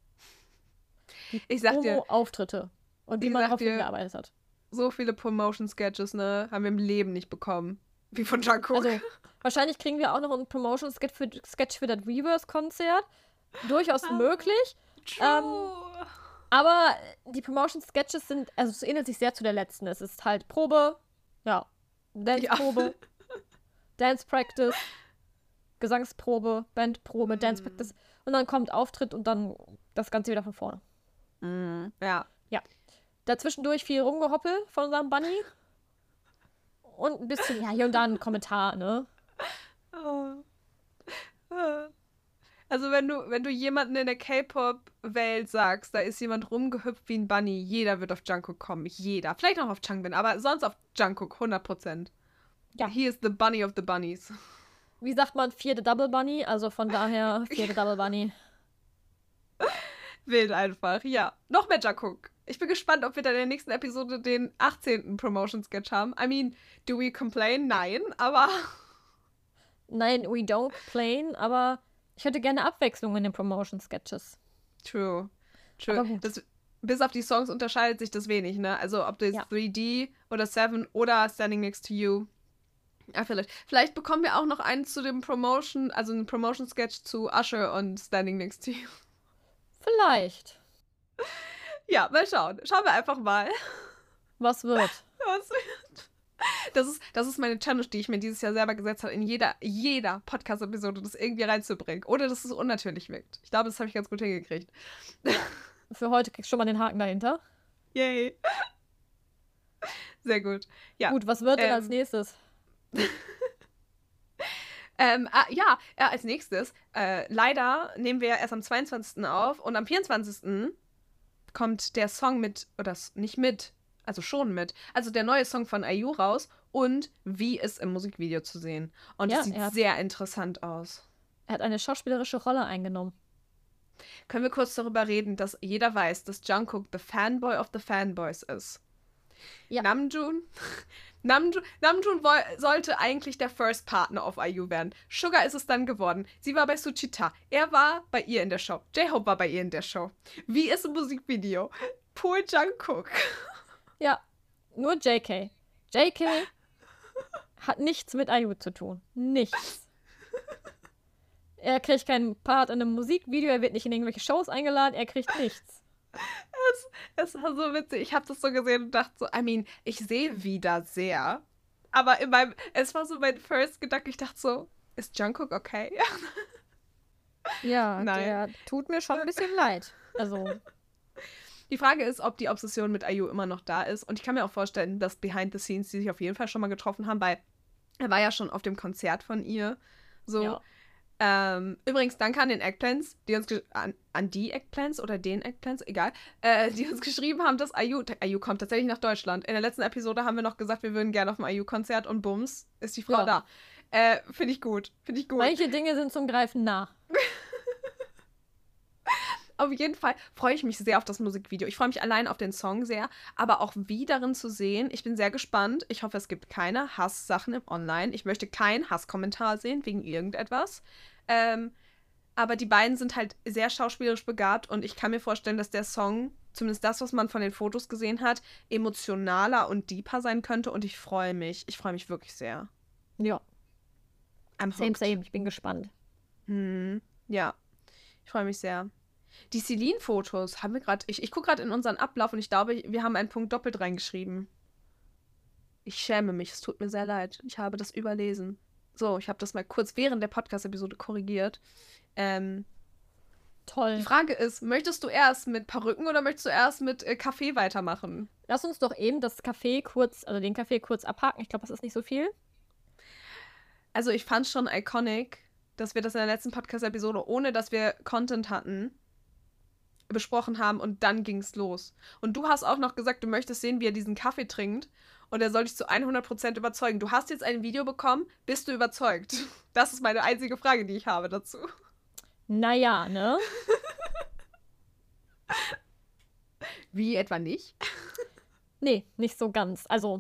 Ich sag dir, Promo-Auftritte. Und wie Ich man sag darauf dir- hingearbeitet hat. so viele Promotion-Sketches, ne, haben wir im Leben nicht bekommen. Wie von Jungkook. Also, wahrscheinlich kriegen wir auch noch einen Promotion-Sketch für das Reverse-Konzert. Durchaus möglich. True. Aber die Promotion-Sketches sind, also es ähnelt sich sehr zu der letzten. Es ist halt Probe, ja, Dance-Probe, Dance-Practice, Gesangsprobe, Bandprobe, Dance-Practice. Und dann kommt Auftritt und dann das Ganze wieder von vorne. Ja. Dazwischendurch viel Rumgehoppel von unserem Bunny. Und ein bisschen, ja, hier und da ein Kommentar, ne? Also wenn du jemanden in der K-Pop-Welt sagst, da ist jemand rumgehüpft wie ein Bunny, jeder wird auf Jungkook kommen. Jeder. Vielleicht noch auf Changbin, aber sonst auf Jungkook, 100%. Ja. He is the bunny of the bunnies. Wie sagt man, 4. Double Bunny? Also von daher 4. Double Bunny. Wild einfach, ja. Noch mehr Jungkook. Ich bin gespannt, ob wir dann in der nächsten Episode den 18. Promotion-Sketch haben. I mean, do we complain? Nein, aber... Nein, we don't complain, aber ich hätte gerne Abwechslung in den Promotion-Sketches. True. Aber gut. Bis auf die Songs unterscheidet sich das wenig, ne? Also ob du jetzt Ja. 3D oder 7 oder Standing Next to You. Ja, vielleicht bekommen wir auch noch einen zu dem Promotion, also einen Promotion-Sketch zu Usher und Standing Next to You. Vielleicht. Ja, mal schauen. Schauen wir einfach mal. Was wird? Was wird. Das ist meine Challenge, die ich mir dieses Jahr selber gesetzt habe, in jeder Podcast-Episode das irgendwie reinzubringen. Ohne dass es unnatürlich wirkt. Ich glaube, das habe ich ganz gut hingekriegt. Für heute kriegst du schon mal den Haken dahinter. Yay. Sehr gut. Ja. Gut, was wird denn als nächstes? Als nächstes, leider nehmen wir erst am 22. auf und am 24. kommt der Song mit, oder nicht mit, also schon mit, also der neue Song von IU raus und wie ist im Musikvideo zu sehen. Und Ja, es sieht er hat- sehr interessant aus. Er hat eine schauspielerische Rolle eingenommen. Können wir kurz darüber reden, dass jeder weiß, dass Jungkook the Fanboy of the Fanboys ist? Ja. Namjoon sollte eigentlich der First Partner of IU werden. Suga ist es dann geworden. Sie war bei Suchita. Er war bei ihr in der Show. J-Hope war bei ihr in der Show. Wie ist im Musikvideo? Poor Jungkook. Ja, nur JK. JK hat nichts mit IU zu tun. Nichts. Er kriegt keinen Part in einem Musikvideo, er wird nicht in irgendwelche Shows eingeladen, er kriegt nichts. Es war so witzig. Ich habe das so gesehen und dachte so, ich sehe wieder sehr. Aber es war so mein first Gedanke. Ich dachte so, ist Jungkook okay? Ja, Nein. der tut mir schon ein bisschen leid. Also, Die Frage ist, ob die Obsession mit IU immer noch da ist. Und ich kann mir auch vorstellen, dass Behind the Scenes die sich auf jeden Fall schon mal getroffen haben, weil er war ja schon auf dem Konzert von ihr. So. ja. Übrigens, danke an den Eggplants, die uns an die Eggplants oder den Eggplants, egal, die uns geschrieben haben, dass IU kommt tatsächlich nach Deutschland. In der letzten Episode haben wir noch gesagt, wir würden gerne auf dem IU-Konzert und bums, ist die Frau Ja. da. Finde ich gut. Manche Dinge sind zum Greifen nah. Auf jeden Fall freue ich mich sehr auf das Musikvideo. Ich freue mich allein auf den Song sehr, aber auch wie darin zu sehen. Ich bin sehr gespannt. Ich hoffe, es gibt keine Hasssachen im Online. Ich möchte keinen Hasskommentar sehen wegen irgendetwas. Aber die beiden sind halt sehr schauspielerisch begabt und ich kann mir vorstellen, dass der Song, zumindest das, was man von den Fotos gesehen hat, emotionaler und deeper sein könnte und ich freue mich. Ich freue mich wirklich sehr. Ja, I'm same, hooked. same. Ich bin gespannt. Ja, ich freue mich sehr. Die Celine-Fotos haben wir gerade. Ich gucke gerade in unseren Ablauf und ich glaube, wir haben einen Punkt doppelt reingeschrieben. Ich schäme mich, es tut mir sehr leid. Ich habe das überlesen. So, ich habe das mal kurz während der Podcast-Episode korrigiert. Toll. Die Frage ist, möchtest du erst mit Perücken oder möchtest du erst mit Kaffee weitermachen? Lass uns doch eben den Kaffee kurz abhaken. Ich glaube, das ist nicht so viel. Also ich fand schon iconic, dass wir das in der letzten Podcast-Episode, ohne dass wir Content hatten, besprochen haben und dann ging's los. Und du hast auch noch gesagt, du möchtest sehen, wie er diesen Kaffee trinkt und er soll dich zu 100% überzeugen. Du hast jetzt ein Video bekommen, bist du überzeugt? Das ist meine einzige Frage, die ich habe dazu. Naja, ne? Wie, etwa nicht? Nee, nicht so ganz. Also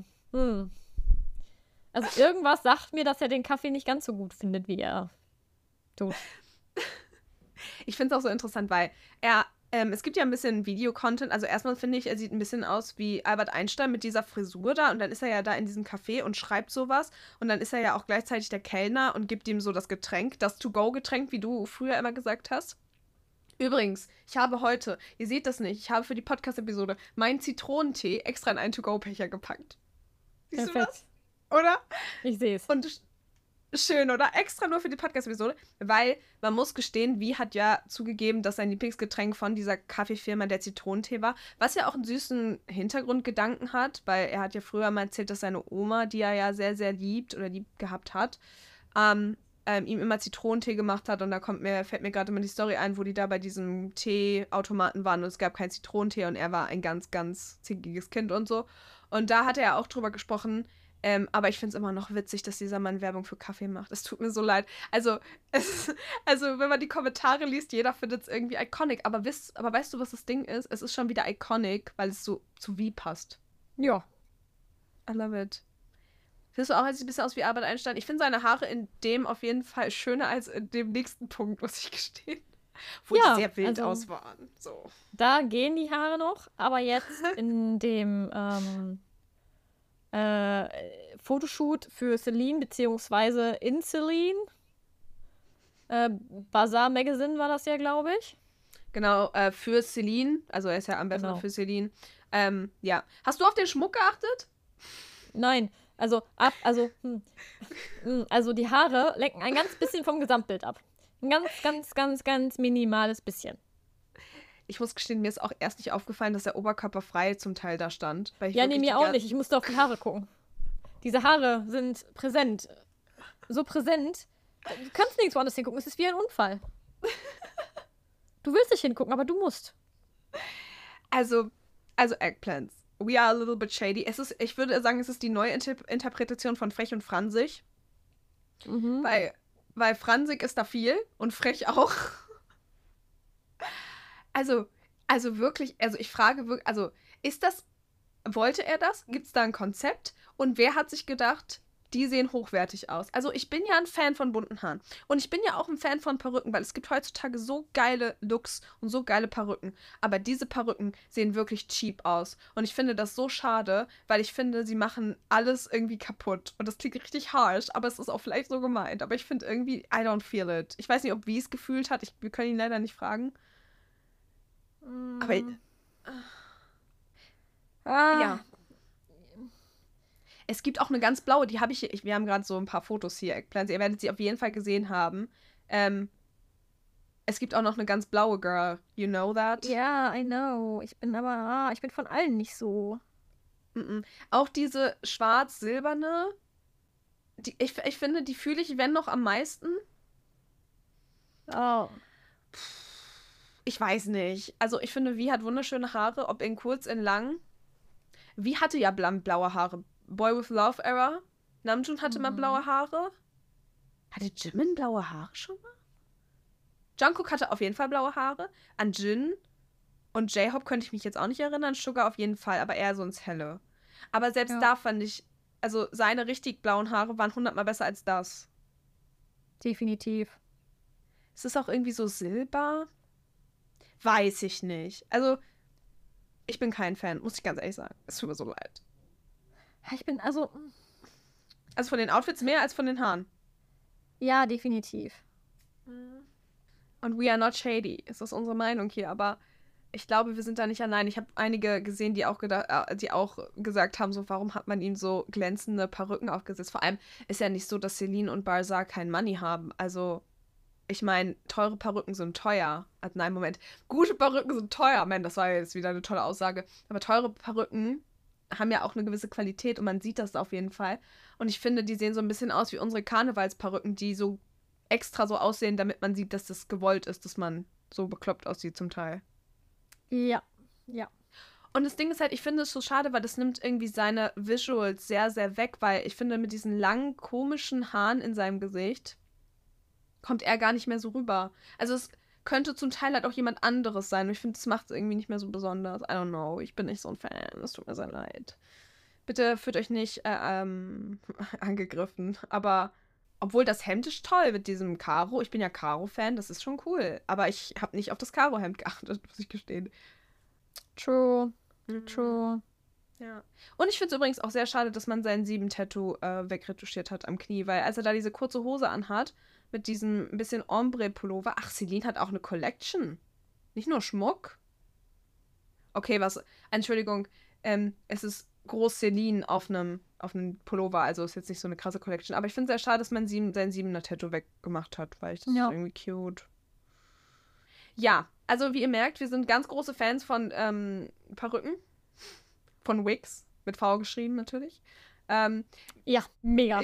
irgendwas sagt mir, dass er den Kaffee nicht ganz so gut findet, wie er tut. Ich finde es auch so interessant, weil es gibt ja ein bisschen Videocontent. Also erstmal finde ich, er sieht ein bisschen aus wie Albert Einstein mit dieser Frisur da. Und dann ist er ja da in diesem Café und schreibt sowas. Und dann ist er ja auch gleichzeitig der Kellner und gibt ihm so das Getränk, das To-Go-Getränk, wie du früher immer gesagt hast. Übrigens, ich habe heute, ihr seht das nicht, ich habe für die Podcast-Episode meinen Zitronentee extra in einen To-Go-Becher gepackt. Siehst du das? Oder? Ich sehe es. Und schön, oder? Extra nur für die Podcast-Episode, weil man muss gestehen, Wie hat ja zugegeben, dass sein Lieblingsgetränk von dieser Kaffeefirma der Zitronentee war, was ja auch einen süßen Hintergrundgedanken hat, weil er hat ja früher mal erzählt, dass seine Oma, die er ja sehr, sehr liebt oder lieb gehabt hat, ihm immer Zitronentee gemacht hat und da fällt mir gerade immer die Story ein, wo die da bei diesem Teeautomaten waren und es gab keinen Zitronentee und er war ein ganz, ganz zickiges Kind und so. Und da hat er ja auch drüber gesprochen, aber ich finde es immer noch witzig, dass dieser Mann Werbung für Kaffee macht. Es tut mir so leid. Also wenn man die Kommentare liest, jeder findet es irgendwie iconic. Aber weißt du, was das Ding ist? Es ist schon wieder iconic, weil es so zu Wie passt. Ja. I love it. Findest du auch, er sieht ein bisschen aus wie Albert Einstein? Ich finde seine Haare in dem auf jeden Fall schöner als in dem nächsten Punkt, muss ich gestehen. Wo die sehr wild aus waren. So. Da gehen die Haare noch, aber jetzt in dem Fotoshoot für Celine, beziehungsweise in Celine. Bazaar Magazine war das ja, glaube ich. Genau, für Celine. Also er ist ja Ambassador Genau. für Celine. Ja. Hast du auf den Schmuck geachtet? Nein, also die Haare lenken ein ganz bisschen vom Gesamtbild ab. Ein ganz, ganz, ganz, ganz minimales bisschen. Ich muss gestehen, mir ist auch erst nicht aufgefallen, dass der Oberkörper frei zum Teil da stand. Weil ich Ja, wirklich nee, mir die auch nicht. Ich musste auf die Haare gucken. Diese Haare sind präsent. So präsent. Du kannst nirgendwo anders hingucken. Es ist wie ein Unfall. Du willst nicht hingucken, aber du musst. Also Eggplants. We are a little bit shady. Ich würde sagen, es ist die neue Interpretation von Frech und Fransig. Mhm. Weil Fransig ist da viel und frech auch. Also wirklich, ich frage wirklich, wollte er das? Gibt es da ein Konzept? Und wer hat sich gedacht, die sehen hochwertig aus. Also ich bin ja ein Fan von bunten Haaren. Und ich bin ja auch ein Fan von Perücken, weil es gibt heutzutage so geile Looks und so geile Perücken. Aber diese Perücken sehen wirklich cheap aus. Und ich finde das so schade, weil ich finde, sie machen alles irgendwie kaputt. Und das klingt richtig harsh, aber es ist auch vielleicht so gemeint. Aber ich finde irgendwie, I don't feel it. Ich weiß nicht, ob wie es gefühlt hat. Wir können ihn leider nicht fragen. Aber ja. Es gibt auch eine ganz blaue, die habe ich hier. Wir haben gerade so ein paar Fotos hier, Eggplants. Ihr werdet sie auf jeden Fall gesehen haben. Es gibt auch noch eine ganz blaue Girl. You know that? Ja, I know. Ich bin von allen nicht so. Auch diese schwarz-silberne, ich finde, die fühle ich, wenn noch am meisten. Oh. Ich weiß nicht. Also ich finde, Vi hat wunderschöne Haare, ob in kurz, in lang. Vi hatte ja blaue Haare. Boy with Love Era. Namjoon hatte mal blaue Haare. Hatte Jimin blaue Haare schon mal? Jungkook hatte auf jeden Fall blaue Haare. An Jin und J-Hope könnte ich mich jetzt auch nicht erinnern. Sugar auf jeden Fall, aber eher so ins Helle. Aber selbst da fand ich, also seine richtig blauen Haare waren 100-mal besser als das. Definitiv. Ist es auch irgendwie so Silber? Weiß ich nicht. Also, ich bin kein Fan, muss ich ganz ehrlich sagen. Es tut mir so leid. Ich bin, also von den Outfits mehr als von den Haaren. Ja, definitiv. Und we are not shady. Ist das unsere Meinung hier, aber ich glaube, wir sind da nicht allein. Ich habe einige gesehen, die auch gesagt haben, so, warum hat man ihm so glänzende Perücken aufgesetzt? Vor allem ist ja nicht so, dass Celine und Barzar kein Money haben. Also, ich meine, teure Perücken sind teuer. Also, nein, Moment. Gute Perücken sind teuer. Man, das war jetzt wieder eine tolle Aussage. Aber teure Perücken haben ja auch eine gewisse Qualität und man sieht das auf jeden Fall. Und ich finde, die sehen so ein bisschen aus wie unsere Karnevalsperücken, die so extra so aussehen, damit man sieht, dass das gewollt ist, dass man so bekloppt aussieht zum Teil. Ja. Und das Ding ist halt, ich finde es so schade, weil das nimmt irgendwie seine Visuals sehr, sehr weg, weil ich finde, mit diesen langen, komischen Haaren in seinem Gesicht kommt er gar nicht mehr so rüber. Also es könnte zum Teil halt auch jemand anderes sein. Und ich finde, das macht es irgendwie nicht mehr so besonders. I don't know. Ich bin nicht so ein Fan. Es tut mir sehr leid. Bitte fühlt euch nicht angegriffen. Aber obwohl das Hemd ist toll mit diesem Karo. Ich bin ja Karo-Fan. Das ist schon cool. Aber ich habe nicht auf das Karo-Hemd geachtet, muss ich gestehen. True. Ja. Und ich finde es übrigens auch sehr schade, dass man sein 7-Tattoo wegretuschiert hat am Knie. Weil als er da diese kurze Hose anhat, mit diesem ein bisschen Ombre-Pullover. Ach, Celine hat auch eine Collection. Nicht nur Schmuck. Okay, Entschuldigung. Es ist groß Celine auf einem Pullover, also ist jetzt nicht so eine krasse Collection. Aber ich finde es sehr schade, dass man sein 7er-Tattoo weggemacht hat, weil ich das irgendwie cute. Ja, also wie ihr merkt, wir sind ganz große Fans von Perücken. Von Wigs. Mit V geschrieben natürlich. Ja, mega.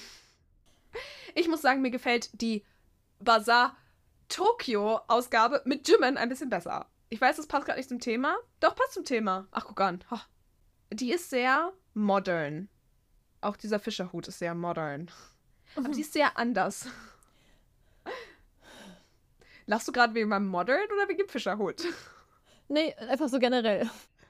Ich muss sagen, mir gefällt die Bazaar Tokyo-Ausgabe mit Jimin ein bisschen besser. Ich weiß, das passt gerade nicht zum Thema. Doch, passt zum Thema. Ach, guck an. Oh. Die ist sehr modern. Auch dieser Fischerhut ist sehr modern. Aber die ist sehr anders. Lachst du gerade wegen meinem Modern oder wegen dem Fischerhut? Nee, einfach so generell.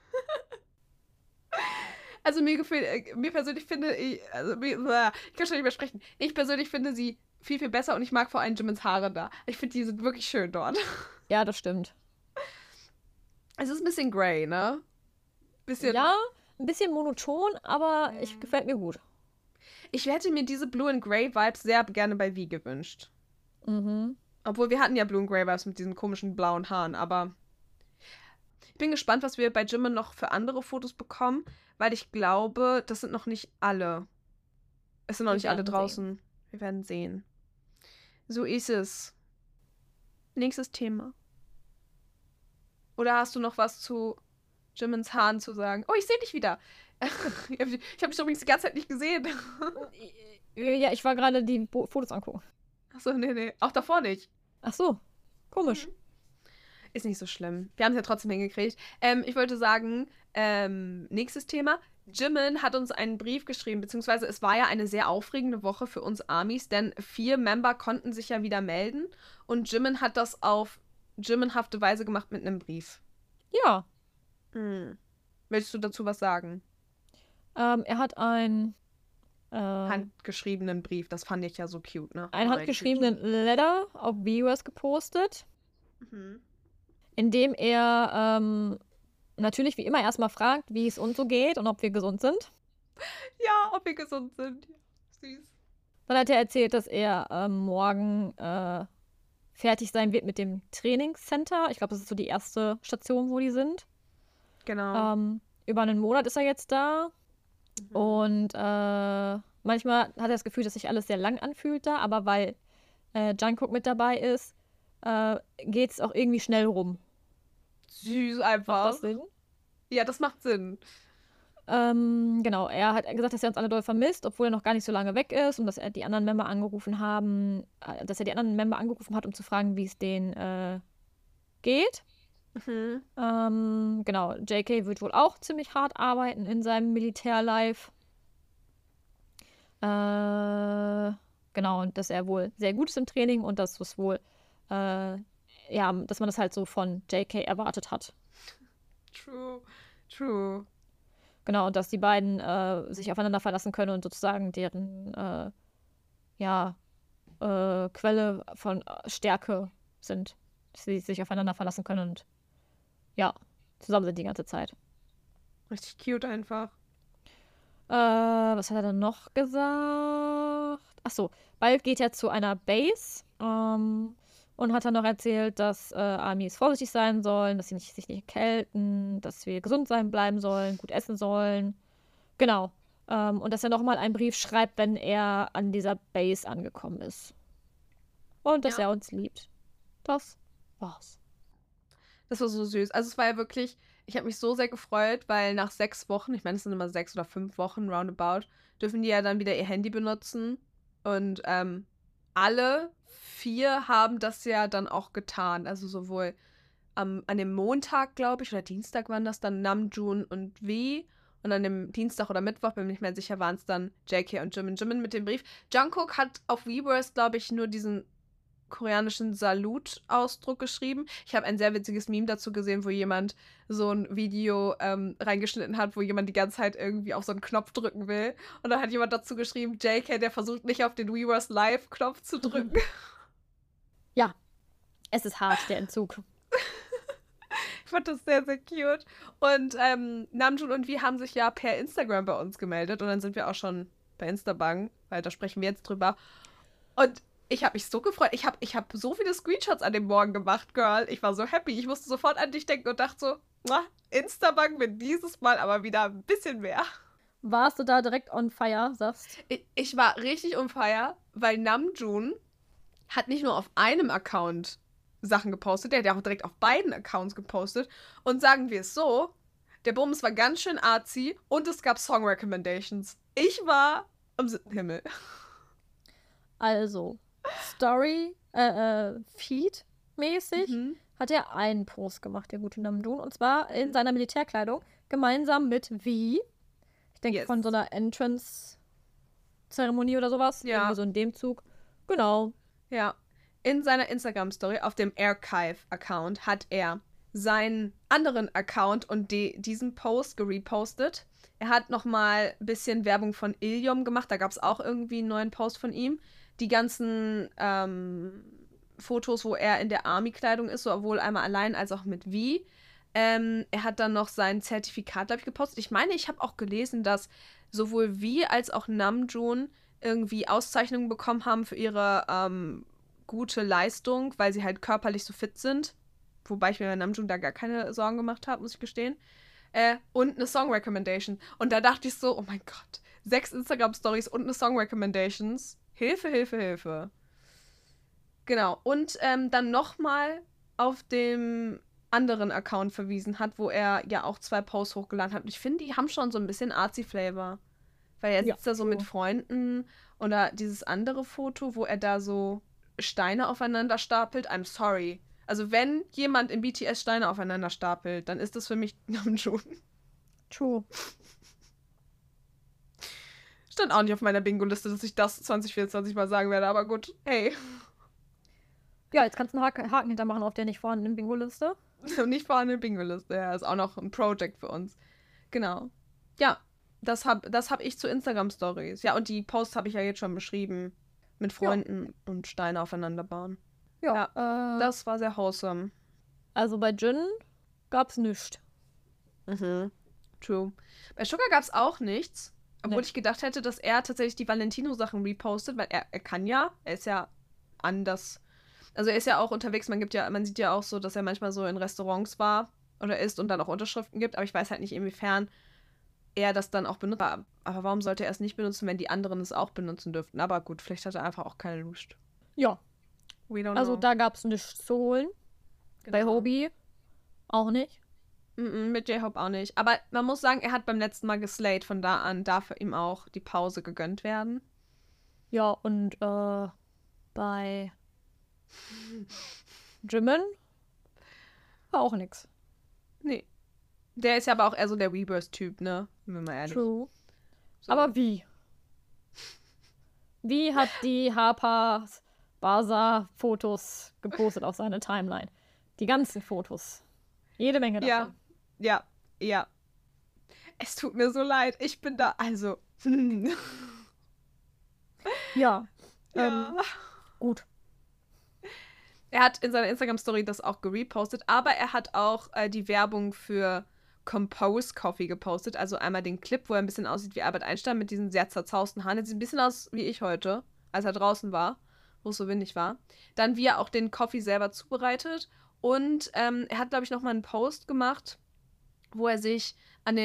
Also mir persönlich finde ich kann schon nicht mehr sprechen. Ich persönlich finde sie viel, viel besser und ich mag vor allem Jimins Haare da. Ich finde, die sind wirklich schön dort. Ja, das stimmt. Es ist ein bisschen grey, ne? Ja, ein bisschen monoton, aber gefällt mir gut. Ich hätte mir diese Blue and Grey Vibes sehr gerne bei Vi gewünscht. Obwohl wir hatten ja Blue and Grey Vibes mit diesen komischen blauen Haaren, aber ich bin gespannt, was wir bei Jimin noch für andere Fotos bekommen, weil ich glaube, das sind noch nicht alle. Es sind noch nicht alle draußen. Wir werden sehen. So ist es. Nächstes Thema. Oder hast du noch was zu Jimins Haaren zu sagen? Oh, ich sehe dich wieder. Ich habe dich übrigens die ganze Zeit nicht gesehen. Ja, ich war gerade die Fotos angucken. Achso, nee. Auch davor nicht. Ach so, komisch. Ist nicht so schlimm. Wir haben es ja trotzdem hingekriegt. Ich wollte sagen, nächstes Thema. Jimin hat uns einen Brief geschrieben, beziehungsweise es war ja eine sehr aufregende Woche für uns Armys, denn 4 Member konnten sich ja wieder melden und Jimin hat das auf Jimin-hafte Weise gemacht mit einem Brief. Ja. Willst du dazu was sagen? Er hat ein handgeschriebenen Brief. Das fand ich ja so cute, ne? einen handgeschriebenen Letter auf Viewers gepostet, in dem er natürlich wie immer erstmal fragt, wie es uns so geht und ob wir gesund sind. Ja, ob wir gesund sind. Süß. Dann hat er erzählt, dass er morgen fertig sein wird mit dem Trainingscenter. Ich glaube, das ist so die erste Station, wo die sind. Genau. Über einen Monat ist er jetzt da. Und manchmal hat er das Gefühl, dass sich alles sehr lang anfühlt da, aber weil Jungkook mit dabei ist, geht es auch irgendwie schnell rum. Süß einfach. Macht das Sinn? Ja, das macht Sinn. Genau, er hat gesagt, dass er uns alle doll vermisst, obwohl er noch gar nicht so lange weg ist und dass er die anderen Member angerufen hat, um zu fragen, wie es denen geht. Genau, JK wird wohl auch ziemlich hart arbeiten in seinem Militärlife. Genau, und dass er wohl sehr gut ist im Training und dass es wohl, dass man das halt so von JK erwartet hat. True. Genau, und dass die beiden sich aufeinander verlassen können und sozusagen deren Quelle von Stärke sind. Dass sie sich aufeinander verlassen können und zusammen sind die ganze Zeit. Richtig cute einfach. Was hat er dann noch gesagt? Achso, bald geht er zu einer Base und hat dann noch erzählt, dass Armys vorsichtig sein sollen, dass sie sich nicht erkälten, dass wir gesund sein bleiben sollen, gut essen sollen. Genau. Und dass er nochmal einen Brief schreibt, wenn er an dieser Base angekommen ist. Und dass er uns liebt. Das war's. Das war so süß. Also es war ja wirklich, ich habe mich so sehr gefreut, weil nach 6 Wochen, ich meine, es sind immer 6 oder 5 Wochen roundabout, dürfen die ja dann wieder ihr Handy benutzen. Und alle 4 haben das ja dann auch getan. Also sowohl an dem Montag, glaube ich, oder Dienstag waren das dann Namjoon und V. Und an dem Dienstag oder Mittwoch, bin mir nicht mehr sicher, waren es dann JK und Jimin mit dem Brief. Jungkook hat auf Weverse, glaube ich, nur diesen koreanischen Salut-Ausdruck geschrieben. Ich habe ein sehr witziges Meme dazu gesehen, wo jemand so ein Video reingeschnitten hat, wo jemand die ganze Zeit irgendwie auf so einen Knopf drücken will. Und dann hat jemand dazu geschrieben, JK, der versucht nicht auf den Weverse Live-Knopf zu drücken. Ja, es ist hart, der Entzug. Ich fand das sehr, sehr cute. Und Namjoon und Vi haben sich ja per Instagram bei uns gemeldet. Und dann sind wir auch schon bei Instabang, weil da sprechen wir jetzt drüber. Und ich habe mich so gefreut. Ich hab so viele Screenshots an dem Morgen gemacht, Girl. Ich war so happy. Ich musste sofort an dich denken und dachte so, Instabang wird dieses Mal aber wieder ein bisschen mehr. Warst du da direkt on fire, sagst? Ich war richtig on fire, weil Namjoon hat nicht nur auf einem Account Sachen gepostet, der hat ja auch direkt auf beiden Accounts gepostet. Und sagen wir es so, der Bums war ganz schön artsy und es gab Song Recommendations. Ich war am 7. Himmel. Also, Story, Feed-mäßig hat er einen Post gemacht, der gute Namjoon. Und zwar in seiner Militärkleidung, gemeinsam mit V. Ich denke, von so einer Entrance-Zeremonie oder sowas. Ja. Irgendwie so in dem Zug. Genau. Ja. In seiner Instagram-Story auf dem Archive-Account hat er seinen anderen Account und diesen Post gerepostet. Er hat nochmal ein bisschen Werbung von Ilium gemacht. Da gab es auch irgendwie einen neuen Post von ihm. Die ganzen Fotos, wo er in der Army-Kleidung ist, sowohl einmal allein als auch mit V. Er hat dann noch sein Zertifikat, glaube ich, gepostet. Ich meine, ich habe auch gelesen, dass sowohl V als auch Namjoon irgendwie Auszeichnungen bekommen haben für ihre gute Leistung, weil sie halt körperlich so fit sind. Wobei ich mir bei Namjoon da gar keine Sorgen gemacht habe, muss ich gestehen. Und eine Song Recommendation. Und da dachte ich so, oh mein Gott, 6 Instagram-Stories und eine Song Recommendations. Hilfe, Hilfe, Hilfe. Genau. Und dann nochmal auf dem anderen Account verwiesen hat, wo er ja auch 2 Posts hochgeladen hat. Und ich finde, die haben schon so ein bisschen Artsy-Flavor. Weil er sitzt da so mit Freunden. Oder dieses andere Foto, wo er da so Steine aufeinander stapelt. I'm sorry. Also wenn jemand im BTS Steine aufeinander stapelt, dann ist das für mich Namjoon. True. Stand auch nicht auf meiner Bingo-Liste, dass ich das 2024 mal sagen werde, aber gut, hey. Ja, jetzt kannst du einen Haken hintermachen auf der nicht vorhandenen Bingo-Liste. Nicht vorhandene Bingo-Liste, ja, ist auch noch ein Project für uns. Genau. Ja, Das hab ich zu Instagram-Stories. Ja, und die Posts habe ich ja jetzt schon beschrieben. Mit Freunden und Steine aufeinander bauen. Ja, Das war sehr wholesome. also bei Jin gab's nichts. Mhm. True. Bei Sugar gab es auch nichts. Obwohl Nee. ich gedacht hätte, dass er tatsächlich die Valentino-Sachen repostet, weil er kann ja. Er ist ja anders. Also er ist ja auch unterwegs. Man sieht ja auch so, dass er manchmal so in Restaurants war oder ist und dann auch Unterschriften gibt. Aber ich weiß halt nicht, inwiefern er das dann auch benutzt. Aber warum sollte er es nicht benutzen, wenn die anderen es auch benutzen dürften? Aber gut, vielleicht hat er einfach auch keine Lust. Ja, We don't also know. da gab's nichts zu holen. Bei Genau. Hobie auch nicht. Mit J-Hope auch nicht. Aber man muss sagen, er hat beim letzten Mal geslayed. Von da an darf ihm auch die Pause gegönnt werden. Ja, und bei Jimin war auch nix. Nee. Der ist ja aber auch eher so der Rebirth-Typ, ne? Wenn wir mal ehrlich. True. So. Aber wie? Wie hat die Harper's Bazaar Fotos gepostet auf seine Timeline? Die ganzen Fotos. Jede Menge davon. Ja. Es tut mir so leid. Ich bin da, also. Ja. Ja. Gut. Er hat in seiner Instagram-Story das auch gerepostet, aber er hat auch die Werbung für Compose Coffee gepostet. Also einmal den Clip, wo er ein bisschen aussieht wie Albert Einstein mit diesen sehr zerzausten Haaren. Er sieht ein bisschen aus wie ich heute, als er draußen war, wo es so windig war. Dann, wie er auch den Coffee selber zubereitet. Und er hat, glaube ich, nochmal einen Post gemacht, wo er sich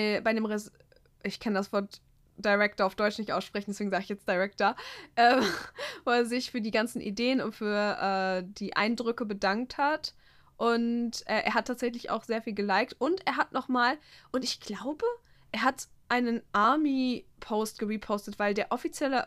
ich kann das Wort Director auf Deutsch nicht aussprechen, deswegen sage ich jetzt Director, wo er sich für die ganzen Ideen und für die Eindrücke bedankt hat. Und er hat tatsächlich auch sehr viel geliked. Und er hat nochmal, und ich glaube, er hat einen Army-Post gerepostet, weil der offizielle,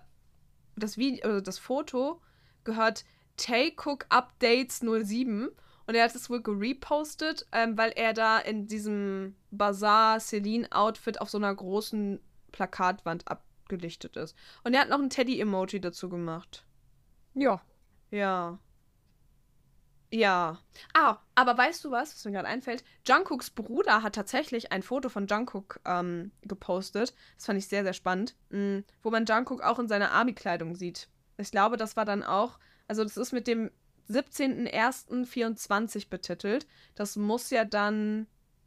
das Foto gehört Tay Cook Updates 07. Und er hat es wohl gerepostet, weil er da in diesem Bazaar-Celine-Outfit auf so einer großen Plakatwand abgelichtet ist. Und er hat noch ein Teddy-Emoji dazu gemacht. Ja. Ja. Ja. Aber weißt du was mir gerade einfällt? Jungkooks Bruder hat tatsächlich ein Foto von Jungkook gepostet. Das fand ich sehr, sehr spannend. Wo man Jungkook auch in seiner Army-Kleidung sieht. Ich glaube, das war dann auch, also das ist mit dem 17.01.24 betitelt. Das muss ja dann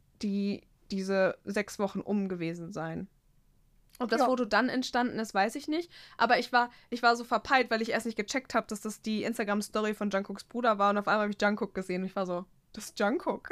diese 6 Wochen gewesen sein. Ob das Foto dann entstanden ist, weiß ich nicht. Aber ich war so verpeilt, weil ich erst nicht gecheckt habe, dass das die Instagram-Story von Jungkooks Bruder war. Und auf einmal habe ich Jungkook gesehen. Und ich war so, das ist Jungkook.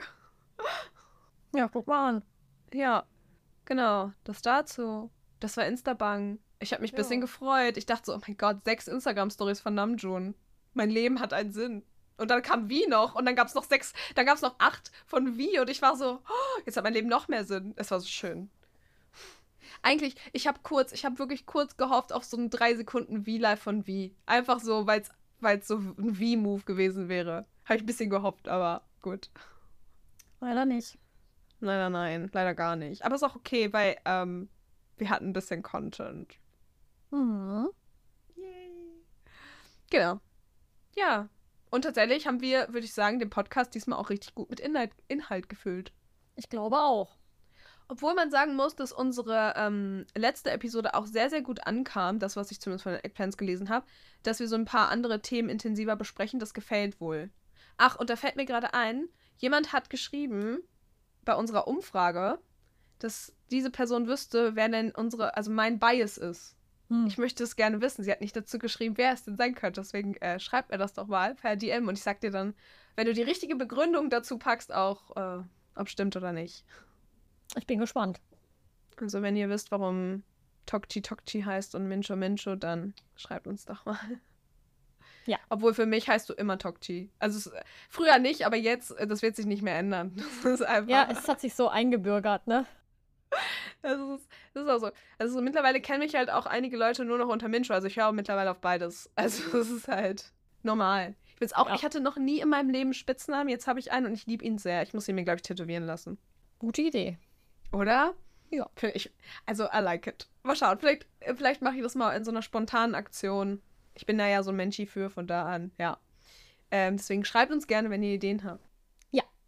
Ja, guck mal an. Ja, genau. Das dazu. Das war Instabang. Ich habe mich ein bisschen gefreut. Ich dachte so, oh mein Gott, 6 Instagram-Stories von Namjoon. Mein Leben hat einen Sinn. Und dann kam V noch. Und dann gab es noch 6, dann gab es noch 8 von V. Und ich war so, oh, jetzt hat mein Leben noch mehr Sinn. Es war so schön. Eigentlich, ich habe wirklich kurz gehofft auf so einen 3 Sekunden V-Live von V. Einfach so, weil es so ein V-Move gewesen wäre. Habe ich ein bisschen gehofft, aber gut. Leider nicht. Leider nein, leider gar nicht. Aber ist auch okay, weil wir hatten ein bisschen Content. Mhm. Yay. Genau. Ja. Und tatsächlich haben wir, würde ich sagen, den Podcast diesmal auch richtig gut mit Inhalt gefüllt. Ich glaube auch. Obwohl man sagen muss, dass unsere letzte Episode auch sehr, sehr gut ankam, das, was ich zumindest von den Eggplants gelesen habe, dass wir so ein paar andere Themen intensiver besprechen, das gefällt wohl. Ach, und da fällt mir gerade ein, jemand hat geschrieben bei unserer Umfrage, dass diese Person wüsste, wer denn mein Bias ist. Ich möchte es gerne wissen. Sie hat nicht dazu geschrieben, wer es denn sein könnte. Deswegen schreib mir das doch mal per DM und ich sag dir dann, wenn du die richtige Begründung dazu packst, auch, ob stimmt oder nicht. Ich bin gespannt. Also wenn ihr wisst, warum Tokchi Tokchi heißt und Mincho Mincho, dann schreibt uns doch mal. Ja. Obwohl für mich heißt du immer Tokchi. Also früher nicht, aber jetzt, das wird sich nicht mehr ändern. Das ist einfach... Ja, es hat sich so eingebürgert, ne? Das ist auch so. Also mittlerweile kennen mich halt auch einige Leute nur noch unter Mincho. Also ich höre mittlerweile auf beides. Also das ist halt normal. Ich hatte noch nie in meinem Leben einen Spitznamen. Jetzt habe ich einen und ich liebe ihn sehr. Ich muss ihn mir, glaube ich, tätowieren lassen. Gute Idee. Oder? Ja. Also, I like it. Mal schauen, vielleicht mache ich das mal in so einer spontanen Aktion. Ich bin da ja so ein Menschi für, von da an, ja. Deswegen schreibt uns gerne, wenn ihr Ideen habt. Ja,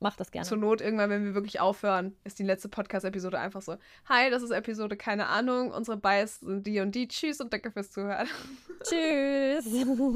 Mach das gerne. Zur Not irgendwann, wenn wir wirklich aufhören, ist die letzte Podcast-Episode einfach so: Hi, das ist Episode keine Ahnung, unsere Bias sind die und die. Tschüss und danke fürs Zuhören. Tschüss.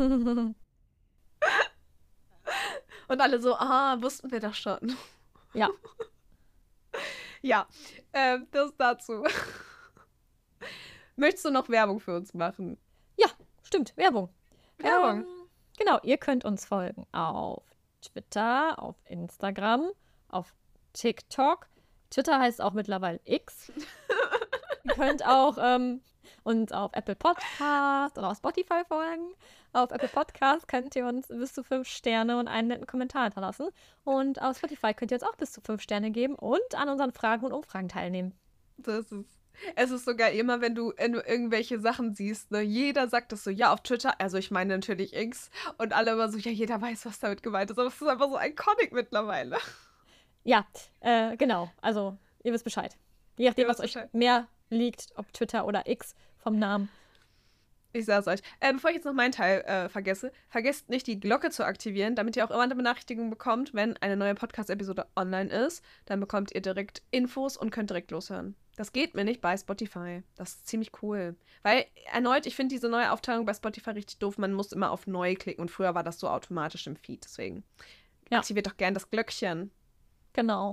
Und alle so: wussten wir doch schon. Ja. Ja, das dazu. Möchtest du noch Werbung für uns machen? Ja, stimmt. Werbung. Werbung. Genau, ihr könnt uns folgen auf Twitter, auf Instagram, auf TikTok. Twitter heißt auch mittlerweile X. Ihr könnt auch uns auf Apple Podcast oder auf Spotify folgen. Auf Apple Podcast könnt ihr uns bis zu 5 Sterne und einen netten Kommentar hinterlassen. Und auf Spotify könnt ihr uns auch bis zu 5 Sterne geben und an unseren Fragen und Umfragen teilnehmen. Es ist so geil, immer wenn du irgendwelche Sachen siehst, ne, jeder sagt das so, ja, auf Twitter, also ich meine natürlich X, und alle immer so, ja, jeder weiß, was damit gemeint ist, aber es ist einfach so iconic mittlerweile. Ja, genau, also ihr wisst Bescheid. Je nachdem, was euch mehr liegt, ob Twitter oder X vom Namen. Ich sag's euch. Bevor ich jetzt noch meinen Teil vergesse, vergesst nicht, die Glocke zu aktivieren, damit ihr auch immer eine Benachrichtigung bekommt, wenn eine neue Podcast-Episode online ist. Dann bekommt ihr direkt Infos und könnt direkt loshören. Das geht mir nicht bei Spotify. Das ist ziemlich cool. Weil, erneut, ich finde diese neue Aufteilung bei Spotify richtig doof. Man muss immer auf Neu klicken und früher war das so automatisch im Feed. Deswegen aktiviert doch gern das Glöckchen. Genau.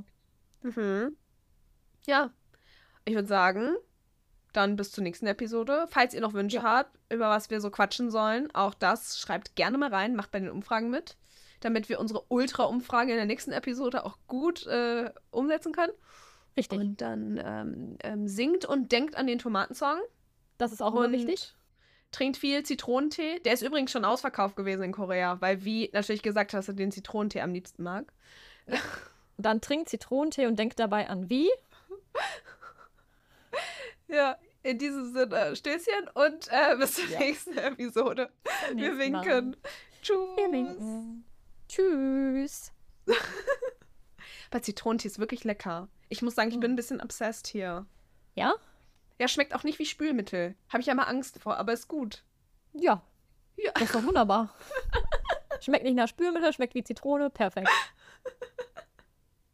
Ja, ich würde sagen, dann bis zur nächsten Episode. Falls ihr noch Wünsche habt, über was wir so quatschen sollen, auch das schreibt gerne mal rein, macht bei den Umfragen mit, damit wir unsere Ultra-Umfrage in der nächsten Episode auch gut umsetzen können. Richtig. Und dann singt und denkt an den Tomatensong. Das ist auch immer wichtig. Trinkt viel Zitronentee. Der ist übrigens schon ausverkauft gewesen in Korea, weil Vi natürlich gesagt hat, dass er den Zitronentee am liebsten mag. Ja. Dann trinkt Zitronentee und denkt dabei an wie? Ja, in diesem Sinne, Stößchen und bis zur nächsten Episode. Wir winken. Tschüss. Wir winken. Tschüss. Aber Zitronentee ist wirklich lecker. Ich muss sagen, ich bin ein bisschen obsessed hier. Ja? Ja, schmeckt auch nicht wie Spülmittel. Habe ich ja mal Angst vor, aber ist gut. Ja. Das ist doch wunderbar. Schmeckt nicht nach Spülmittel, schmeckt wie Zitrone. Perfekt.